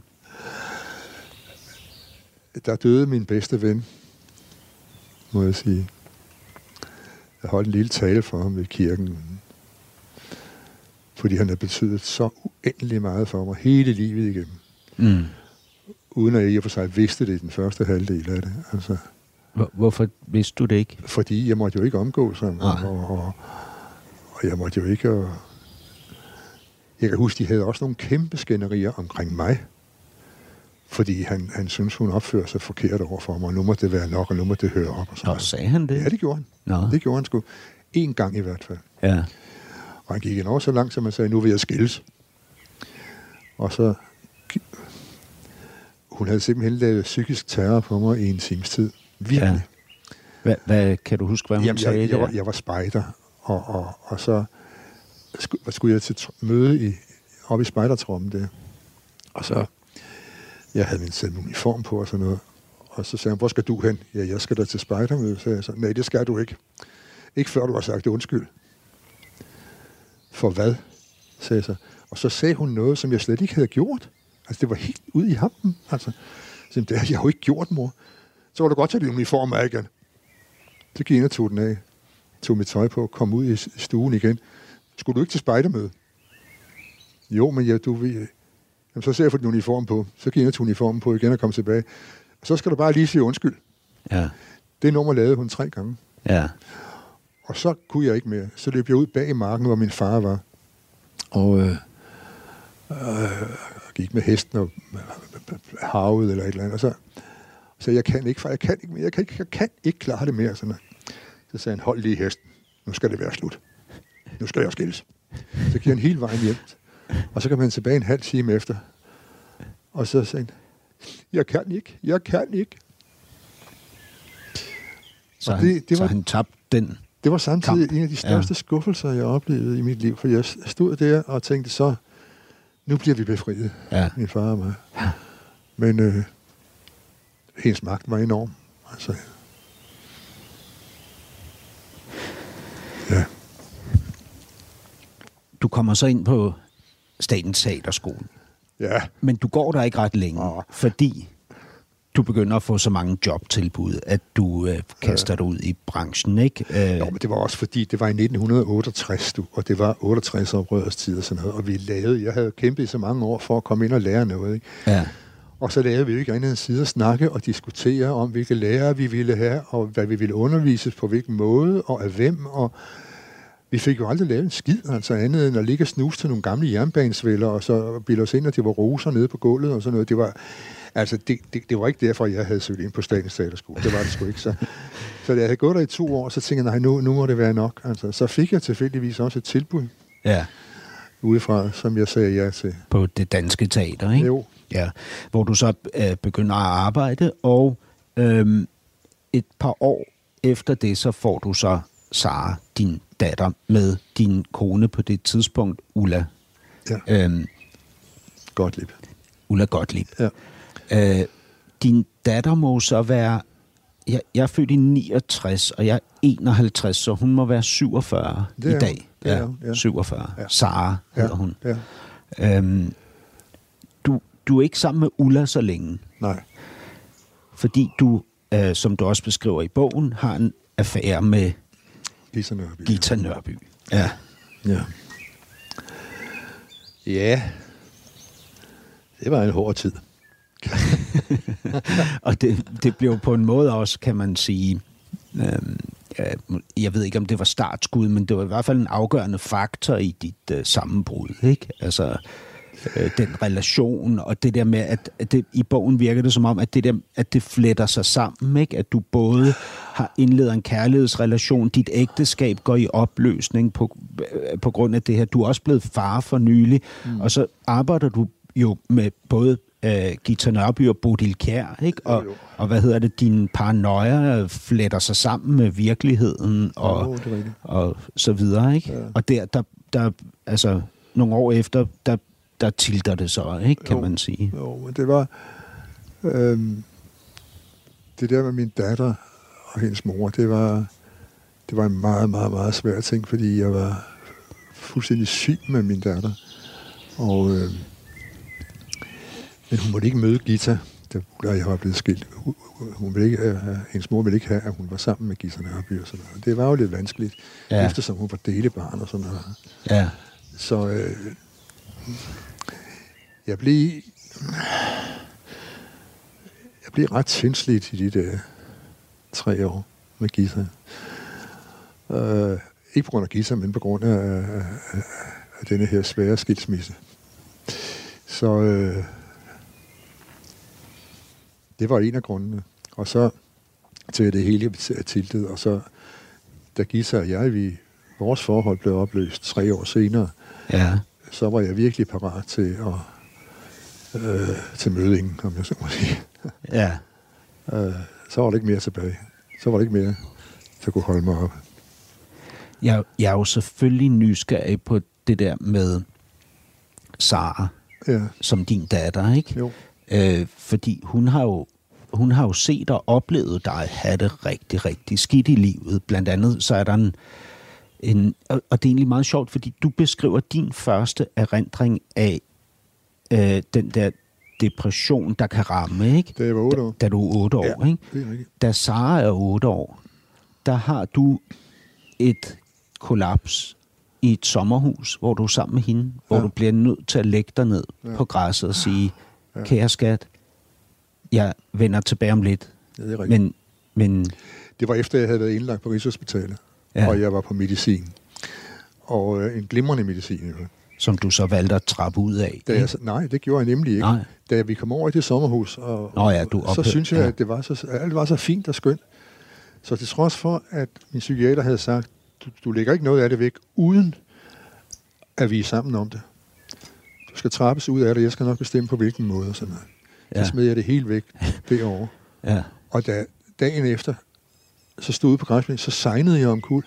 [SPEAKER 3] Der døde min bedste ven, må jeg sige. Jeg holdt en lille tale for ham i kirken, fordi han har betydet så uendelig meget for mig hele livet igennem. Mm. Uden at jeg i og for sig vidste det i den første halvdel af det. Altså,
[SPEAKER 2] hvorfor vidste du det ikke?
[SPEAKER 3] Fordi jeg måtte jo ikke omgås ham, og jeg måtte jo ikke... Jeg kan huske, de havde også nogle kæmpe skænderier omkring mig, fordi han synes, hun opfører sig forkert over for mig, og nu må det være nok, og nu må det høre op. Og sådan.
[SPEAKER 2] Nå, sagde han det?
[SPEAKER 3] Ja, det gjorde han.
[SPEAKER 2] Nå.
[SPEAKER 3] Det gjorde han sgu. En gang i hvert fald.
[SPEAKER 2] Ja.
[SPEAKER 3] Og han gik endnu så langt, som man sagde, nu vil jeg skilles. Og så... Hun havde simpelthen lavet psykisk terror på mig i en times tid. Virkelig.
[SPEAKER 2] Ja. Hvad kan du huske, hvad hun sagde?
[SPEAKER 3] Jeg var spejder, og så skulle jeg til møde oppe i spejdertrommen der. Og så... Jeg havde min uniform på og sådan noget. Og så sagde han, hvor skal du hen? Ja, jeg skal da til spejdermøde, sagde jeg så. Nej, det skal du ikke. Ikke før du har sagt undskyld. For hvad? Sagde jeg så. Og så sagde hun noget, som jeg slet ikke havde gjort. Altså, det var helt ude i hampen. Altså, så det har jeg jo ikke gjort, mor. Så var det godt til din uniform af igen. Så gik jeg ind og tog den af. Tog mit tøj på, kom ud i stuen igen. Skulle du ikke til spejdermøde? Jo, men ja, du ved... Jamen, så ser jeg for din uniform på. Så gik jeg ind og tog uniformen på igen og kom tilbage. Og så skal du bare lige sige undskyld.
[SPEAKER 2] Ja.
[SPEAKER 3] Det nummer lavede hun 3 gange.
[SPEAKER 2] Ja.
[SPEAKER 3] Og så kunne jeg ikke mere. Så løb jeg ud bag i marken, hvor min far var. Og gik med hesten og havet eller et eller andet. Og så jeg kan ikke, for jeg kan ikke mere. Jeg kan ikke klare det mere. Sådan. Så sagde han, hold lige hesten. Nu skal det være slut. Nu skal jeg skilles. Så gik han hele vejen hjem. Og så kom han tilbage en halv time efter. Og så sagde han, jeg kan ikke.
[SPEAKER 2] Så han tabte den.
[SPEAKER 3] Det var samtidig
[SPEAKER 2] kamp.
[SPEAKER 3] En af de største skuffelser, jeg oplevede i mit liv. For jeg stod der og tænkte så, nu bliver vi befriet, min far og mig. Ja. Men hendes magt var enorm. Altså, ja.
[SPEAKER 2] Du kommer så ind på Statens Teaterskole.
[SPEAKER 3] Ja.
[SPEAKER 2] Men du går der ikke ret længe, fordi du begynder at få så mange jobtilbud, at du kaster dig ud i branchen, ikke?
[SPEAKER 3] Jo, men det var også fordi, det var i 1968, og det var 68-oprørets tid og sådan noget, og jeg havde kæmpet i så mange år for at komme ind og lære noget, ikke? Ja. Og så lavede vi jo ikke andet end sidde og snakke og diskutere om, hvilke lærere vi ville have, og hvad vi ville undervises på hvilken måde, og af hvem, og vi fik jo aldrig lavet en skid, altså andet end at ligge og snuse til nogle gamle jernbanesvælder, og så bilde os ind, at det var roser nede på gulvet og sådan noget. Det var, altså, det var ikke derfor, jeg havde søgt ind på Statens Teaterskole. Det var det sgu ikke. Så da jeg havde gået der i 2 år, så tænkte jeg, nej, nu må det være nok. Altså, så fik jeg tilfældigvis også et tilbud udefra, som jeg sagde ja til.
[SPEAKER 2] På Det Danske Teater, ikke?
[SPEAKER 3] Jo.
[SPEAKER 2] Ja, hvor du så begynder at arbejde, og et par år efter det, så får du så Sara, din datter, med din kone på det tidspunkt, Ulla.
[SPEAKER 3] Ja. Gottlieb.
[SPEAKER 2] Ulla Gottlieb.
[SPEAKER 3] Ja.
[SPEAKER 2] Din datter må så være... Jeg er født i 69, og jeg er 51, så hun må være 47 i dag.
[SPEAKER 3] Det er hun, ja.
[SPEAKER 2] 47. Ja. Sara hedder hun.
[SPEAKER 3] Ja.
[SPEAKER 2] Du er ikke sammen med Ulla så længe.
[SPEAKER 3] Nej.
[SPEAKER 2] Fordi du, som du også beskriver i bogen, har en affære med
[SPEAKER 3] Githa Nørby.
[SPEAKER 2] Githa Nørby. Ja.
[SPEAKER 3] Ja. Ja. Det var en hård tid.
[SPEAKER 2] Og det blev på en måde også, kan man sige, jeg ved ikke, om det var startskud, men det var i hvert fald en afgørende faktor i dit sammenbrud, ikke? Altså, den relation, og det der med, at det, i bogen virker det som om, at det fletter sig sammen, ikke? At du både har indledt en kærlighedsrelation, dit ægteskab går i opløsning på grund af det her. Du er også blevet far for nylig, og så arbejder du jo med både Githa Nørby og Bodil Kjær, ikke? Og hvad hedder det, dine paranoia fletter sig sammen med virkeligheden og så videre, ikke? Ja. Og der altså nogle år efter, der tilter det så, ikke, kan man sige.
[SPEAKER 3] Jo, men det var det der med min datter og hendes mor, det var en meget, meget, meget svær ting, fordi jeg var fuldstændig syg med min datter. Og men hun måtte ikke møde Githa, da jeg var blevet skilt. Hendes mor ville ikke have, at hun var sammen med Githa Nørby og sådan noget. Det var jo lidt vanskeligt, eftersom hun var delebarn og sådan noget.
[SPEAKER 2] Ja.
[SPEAKER 3] Så jeg blev ret tændsligt i de der 3 år med Githa. Ikke på grund af Githa, men på grund af denne her svære skilsmisse. Så det var en af grundene. Og så til det hele tiltet, og så da Githa og jeg, vores forhold blev opløst 3 år senere, så var jeg virkelig parat til til mødingen, om jeg så må sige.
[SPEAKER 2] Ja.
[SPEAKER 3] Så var det ikke mere tilbage. Så var det ikke mere, der kunne holde mig op.
[SPEAKER 2] Jeg er jo selvfølgelig nysgerrig på det der med Sara, som din datter, ikke?
[SPEAKER 3] Jo.
[SPEAKER 2] Fordi hun har jo set og oplevet dig have det rigtig, rigtig skidt i livet. Blandt andet så er der og det er egentlig meget sjovt, fordi du beskriver din første erindring af den der depression, der kan ramme, ikke?
[SPEAKER 3] Da jeg var 8 år.
[SPEAKER 2] Da du er 8 år, ikke?
[SPEAKER 3] Det er rigtigt.
[SPEAKER 2] Da Sara er 8 år, der har du et kollaps i et sommerhus, hvor du er sammen med hende, hvor du bliver nødt til at lægge dig ned på græsset og sige, kære skat, jeg vender tilbage om lidt.
[SPEAKER 3] Ja, det er rigtigt.
[SPEAKER 2] Men
[SPEAKER 3] det var efter, jeg havde været indlagt på Rigshospitalet, og jeg var på medicin. Og en glimrende medicin.
[SPEAKER 2] Som du så valgte at trappe ud af?
[SPEAKER 3] Nej, det gjorde jeg nemlig ikke. Nej. Da vi kom over i det sommerhus, så synes jeg, at alt var så fint og skønt. Så til trods for, at min psykiater havde sagt, du lægger ikke noget af det væk, uden at vi er sammen om det. Du skal trappes ud af det, jeg skal nok bestemme på hvilken måde. Sådan noget. Så smed jeg det helt væk derovre. Ja. Og da dagen efter, så stod jeg på græsplænen, så sejnede jeg omkuld.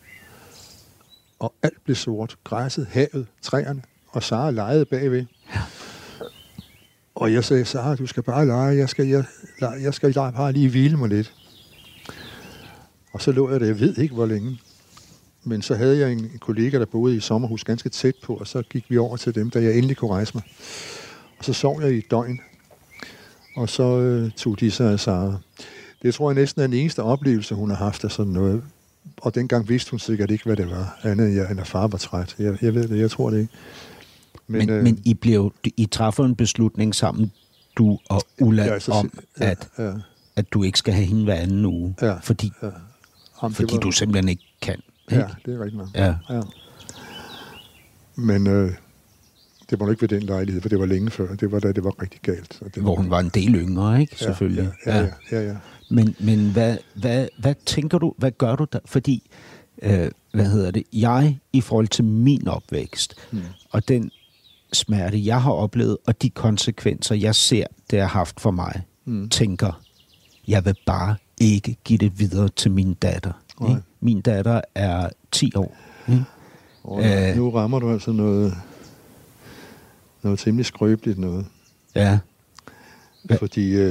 [SPEAKER 3] Og alt blev sort. Græsset, havet, træerne. Og Sara legede bagved. Ja. Og jeg sagde, Sara, du skal bare lege. Jeg skal bare lige hvile mig lidt. Og så lå jeg der, jeg ved ikke hvor længe. Men så havde jeg en kollega, der boede i sommerhus ganske tæt på, og så gik vi over til dem, da jeg endelig kunne rejse mig. Og så sov jeg i et døgn. Og så tog de sig af Sara. Det tror jeg næsten er den eneste oplevelse, hun har haft af sådan noget. Og dengang vidste hun sikkert ikke, hvad det var, andet end at far var træt. Jeg ved det, jeg tror det ikke.
[SPEAKER 2] Men I træffer en beslutning sammen, du og Ulla, at du ikke skal have hende hver anden uge. Ja. Fordi du simpelthen ikke kan. Ikke?
[SPEAKER 3] Ja, det er rigtigt nok. Ja. Men det var nok ikke ved den lejlighed, for det var længe før. Det var da det var rigtig galt.
[SPEAKER 2] Hvor hun var en del yngre, ikke? Selvfølgelig.
[SPEAKER 3] Ja.
[SPEAKER 2] Men hvad tænker du, hvad gør du der? Fordi, jeg i forhold til min opvækst, og den smerte, jeg har oplevet, og de konsekvenser, jeg ser, det har haft for mig, tænker, jeg vil bare ikke give det videre til min datter. Ikke? Min datter er 10 år.
[SPEAKER 3] Nu rammer du altså noget temmelig skrøbeligt noget.
[SPEAKER 2] Ja.
[SPEAKER 3] Fordi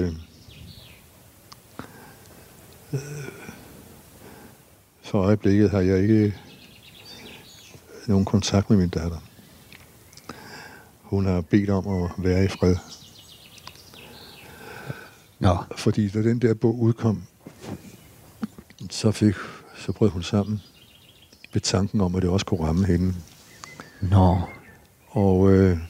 [SPEAKER 3] for øjeblikket har jeg ikke nogen kontakt med min datter. Hun har bedt om at være i fred.
[SPEAKER 2] Nå.
[SPEAKER 3] Fordi da den der bog udkom, så brød hun sammen. ved tanken om, at det også kunne ramme hende.
[SPEAKER 2] Nå.
[SPEAKER 3] Og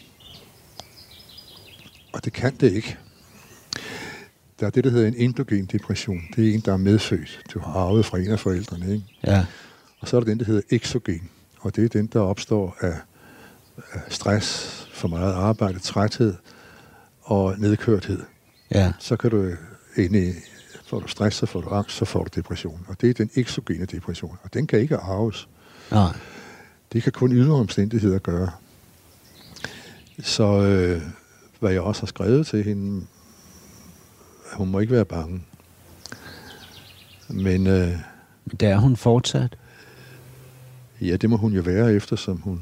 [SPEAKER 3] det kan det ikke. Der er det, der hedder en endogen depression. Det er en, der er medfødt. Du har arvet fra en af forældrene, ikke?
[SPEAKER 2] Ja.
[SPEAKER 3] Og så er der den, der hedder exogen. Og det er den, der opstår af stress, for meget arbejde, træthed og nedkørthed.
[SPEAKER 2] Ja.
[SPEAKER 3] Så kan du får du stress, så får du angst, så får du depression. Og det er den exogene depression. Og den kan ikke arves.
[SPEAKER 2] Nej.
[SPEAKER 3] Det kan kun ydre omstændigheder gøre. Så hvad jeg også har skrevet til hende, hun må ikke være bange. Men
[SPEAKER 2] det er hun fortsat.
[SPEAKER 3] Ja, det må hun jo være, eftersom hun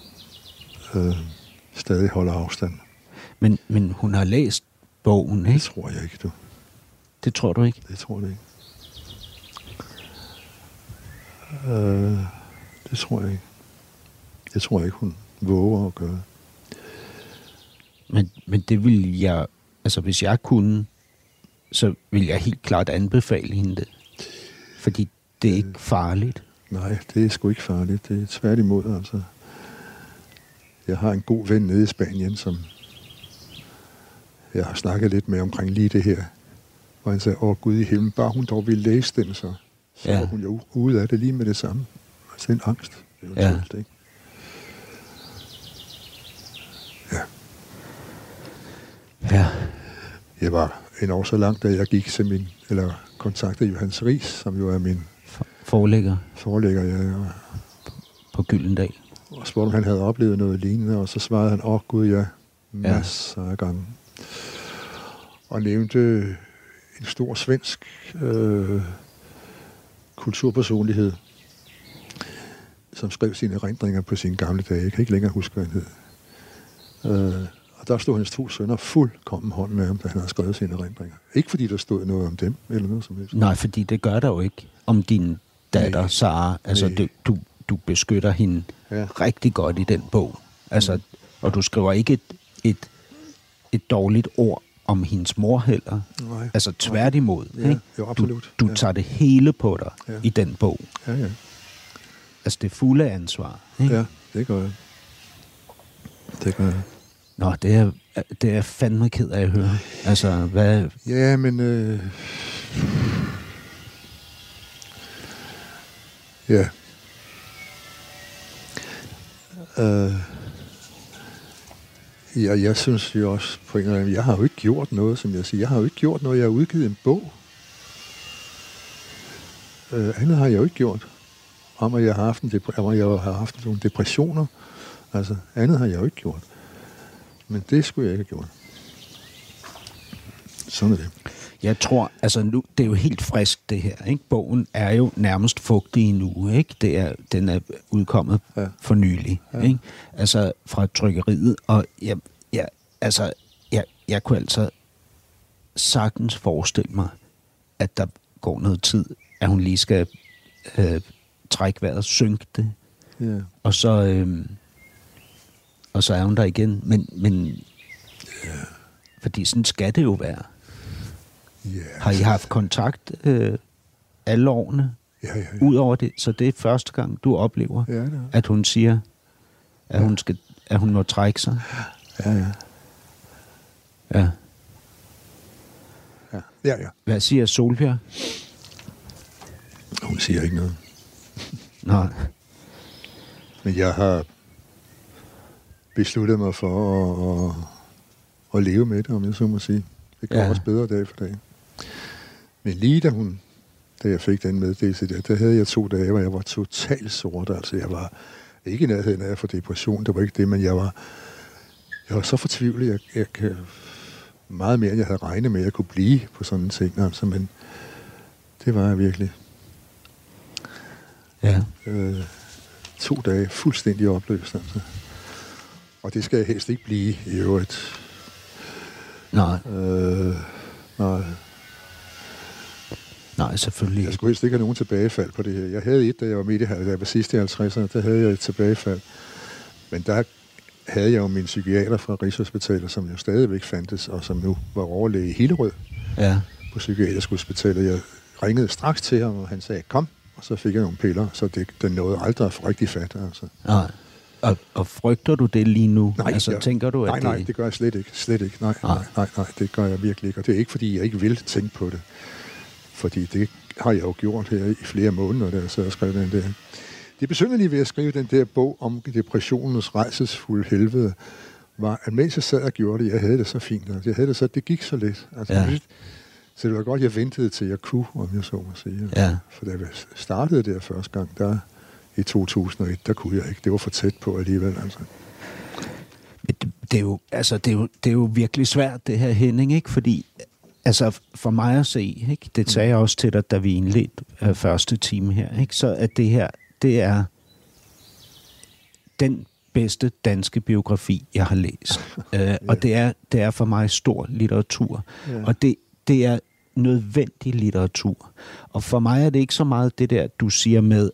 [SPEAKER 3] stadig holder afstand.
[SPEAKER 2] Men hun har læst bogen, ikke?
[SPEAKER 3] Det tror jeg ikke, du.
[SPEAKER 2] Det tror du ikke?
[SPEAKER 3] Det tror jeg ikke. Det tror jeg ikke. Jeg tror ikke, hun våger at gøre.
[SPEAKER 2] Men det vil jeg... Altså, hvis jeg kunne, så vil jeg helt klart anbefale hende det. Fordi det er ikke farligt.
[SPEAKER 3] Nej, det er sgu ikke farligt. Det er tværtimod, altså. Jeg har en god ven nede i Spanien, som jeg har snakket lidt med omkring lige det her. Og han sagde, Gud i himlen, bare hun dog ville læse den, så var hun jo ude af det lige med det samme. Altså en angst.
[SPEAKER 2] Ja.
[SPEAKER 3] Ikke? Ja.
[SPEAKER 2] Ja.
[SPEAKER 3] Jeg var endnu så langt, da jeg gik til kontaktede Johannes Riis, som jo er min
[SPEAKER 2] Forlægger.
[SPEAKER 3] Ja.
[SPEAKER 2] På Gyldendal.
[SPEAKER 3] Og spurgte, om han havde oplevet noget lignende, og så svarede han, Gud, ja, masser af gange. Og nævnte en stor svensk kulturpersonlighed, som skrev sine erindringer på sine gamle dage. Jeg kan ikke længere huske, hvad han hed. Og der stod hans 2 sønner fuldkommen hånden med ham, da han havde skrevet sine erindringer. Ikke fordi der stod noget om dem, eller noget som helst.
[SPEAKER 2] Nej, fordi det gør der jo ikke om din datter, Sara. Altså, du beskytter hende rigtig godt i den bog. Altså, og du skriver ikke et dårligt ord om hendes mor heller.
[SPEAKER 3] Nej.
[SPEAKER 2] Altså, tværtimod.
[SPEAKER 3] Ja,
[SPEAKER 2] ikke?
[SPEAKER 3] jo, absolut.
[SPEAKER 2] Du tager det hele på dig i den bog.
[SPEAKER 3] Ja.
[SPEAKER 2] Altså, det fulde ansvar. Ikke?
[SPEAKER 3] Ja, det gør jeg.
[SPEAKER 2] Nå, det er fandme ked af at høre. Altså, hvad...
[SPEAKER 3] Ja, men... Ja. Jeg synes jo også på en eller anden, jeg har jo ikke gjort noget, som jeg siger. Jeg har jo ikke gjort noget. Jeg har udgivet en bog. Andet har jeg jo ikke gjort. Om at jeg har haft nogle depressioner. Altså, andet har jeg jo ikke gjort. Men det skulle jeg ikke have gjort. Sådan er det.
[SPEAKER 2] Jeg tror, altså nu, det er jo helt frisk det her, ikke? Bogen er jo nærmest fugtig nu, ikke? Den er udkommet for nylig, ikke? Altså fra trykkeriet, og jeg kunne altså sagtens forestille mig, at der går noget tid, at hun lige skal trække vejret, synke det, og så er hun der igen, men fordi sådan skal det jo være.
[SPEAKER 3] Yeah.
[SPEAKER 2] Har I haft kontakt alle årene?
[SPEAKER 3] Ja.
[SPEAKER 2] Udover det, så det er første gang, du oplever, at hun siger, at hun må trække sig? Ja. Hvad siger Solbjerg?
[SPEAKER 3] Hun siger ikke noget.
[SPEAKER 2] Nej.
[SPEAKER 3] Men jeg har besluttet mig for at leve med det, om jeg så må sige. Det går også bedre dag for dag. Men lige da jeg fik den meddelelse der havde jeg 2 dage, hvor jeg var totalt sort. Altså jeg var ikke i nærheden af at få depression, det var ikke det, men jeg var så fortvivlet. Jeg kan meget mere, end jeg havde regnet med, at jeg kunne blive på sådan en ting. Altså, men det var jeg virkelig.
[SPEAKER 2] Ja.
[SPEAKER 3] 2 dage fuldstændig opløst. Altså. Og det skal jeg helst ikke blive i øvrigt.
[SPEAKER 2] Nej.
[SPEAKER 3] Nej.
[SPEAKER 2] Nej, selvfølgelig.
[SPEAKER 3] Jeg skulle helst ikke have nogen tilbagefald på det her. Jeg havde da jeg var midt i, da jeg var sidst i 50'erne, der havde jeg et tilbagefald. Men der havde jeg jo min psykiater fra Rigshospitalet, som jo stadigvæk fandtes, og som nu var overlæge i Hillerød på Psykiatrisk Hospital. Jeg ringede straks til ham, og han sagde, kom, Og så fik jeg nogle piller, så den nåede aldrig at få rigtig fat. Altså.
[SPEAKER 2] Nej. Og frygter du det lige nu?
[SPEAKER 3] Nej,
[SPEAKER 2] tænker du, at
[SPEAKER 3] nej, det gør jeg slet ikke. Slet ikke. Nej, det gør jeg virkelig ikke. Og det er ikke, fordi jeg ikke vil tænke på det. Fordi det har jeg jo gjort her i flere måneder, da jeg så skrev den der. Det besynderlige ved at skrive den der bog om depressionens rædselsfulde helvede, var, at mens jeg sad og gjorde det, jeg havde det så fint. Jeg havde det så, det gik så let. Altså, så det var godt, jeg ventede til jeg kunne, om jeg så må sige.
[SPEAKER 2] Ja.
[SPEAKER 3] For da jeg startede der første gang, der i 2001, der kunne jeg ikke. Det var for tæt på alligevel, altså.
[SPEAKER 2] Det er jo virkelig svært, det her, Henning, ikke? Fordi, altså, for mig at se, ikke? Det sagde jeg også til dig, da vi indledte første time her, ikke? Så at det her, det er den bedste danske biografi, jeg har læst. Og det er for mig stor litteratur. Ja. Og det er nødvendig litteratur. Og for mig er det ikke så meget det der, du siger med,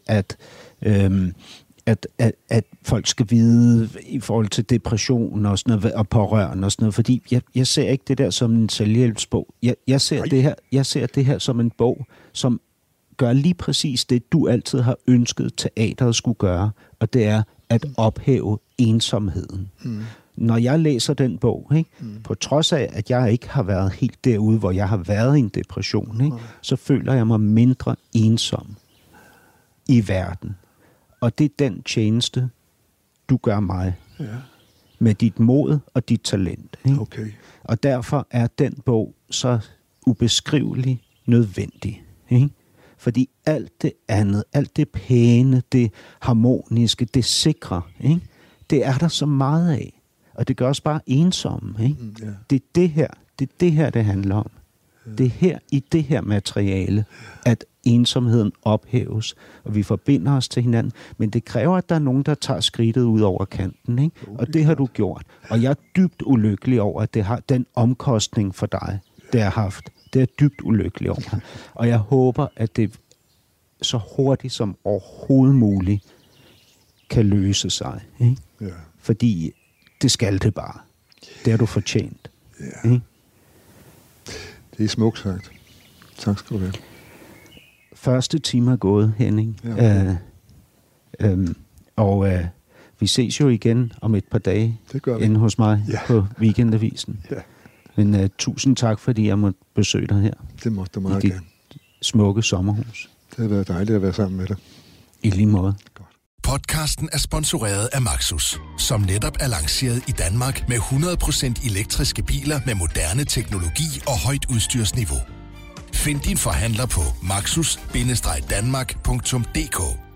[SPEAKER 2] at folk skal vide i forhold til depression og sådan noget, og pårørende og sådan noget, fordi jeg ser ikke det der som en selvhjælpsbog. Jeg ser det her som en bog, som gør lige præcis det, du altid har ønsket teateret skulle gøre, og det er at ophæve ensomheden. Når jeg læser den bog, ikke, på trods af, at jeg ikke har været helt derude, hvor jeg har været i en depression, ikke, så føler jeg mig mindre ensom i verden. Og det er den tjeneste, du gør mig. Ja. Med dit mod og dit talent. Ikke?
[SPEAKER 3] Okay.
[SPEAKER 2] Og derfor er den bog så ubeskrivelig nødvendig. Ikke? Fordi alt det andet, alt det pæne, det harmoniske, det sikre, ikke? Det er der så meget af. Og det gør os bare ensomme. Ikke? Yeah. Det er det her, det handler om. Yeah. Det er her, i det her materiale, at ensomheden ophæves, og vi forbinder os til hinanden. Men det kræver, at der er nogen, der tager skridtet ud over kanten. Ikke? Og det har du gjort. Og jeg er dybt ulykkelig over, at det har den omkostning for dig, det har haft. Det er dybt ulykkelig over. Og jeg håber, at det så hurtigt som overhovedet muligt kan løse sig. Ikke?
[SPEAKER 3] Ja.
[SPEAKER 2] Fordi det skal det bare. Det har du fortjent.
[SPEAKER 3] Ja.
[SPEAKER 2] Ikke?
[SPEAKER 3] Det er smukt sagt. Tak skal du have.
[SPEAKER 2] Første time er gået, Henning. Ja, okay. Vi ses jo igen om et par dage inde hos mig på Weekendavisen. Ja. Men tusind tak, fordi jeg måtte besøge dig her.
[SPEAKER 3] Det måtte du meget gerne.
[SPEAKER 2] Smukke sommerhus.
[SPEAKER 3] Det har været dejligt at være sammen med dig.
[SPEAKER 2] I lige måde.
[SPEAKER 3] Godt.
[SPEAKER 5] Podcasten er sponsoreret af Maxus, som netop er lanceret i Danmark med 100% elektriske biler med moderne teknologi og højt udstyrsniveau. Find din forhandler på maxus-danmark.dk.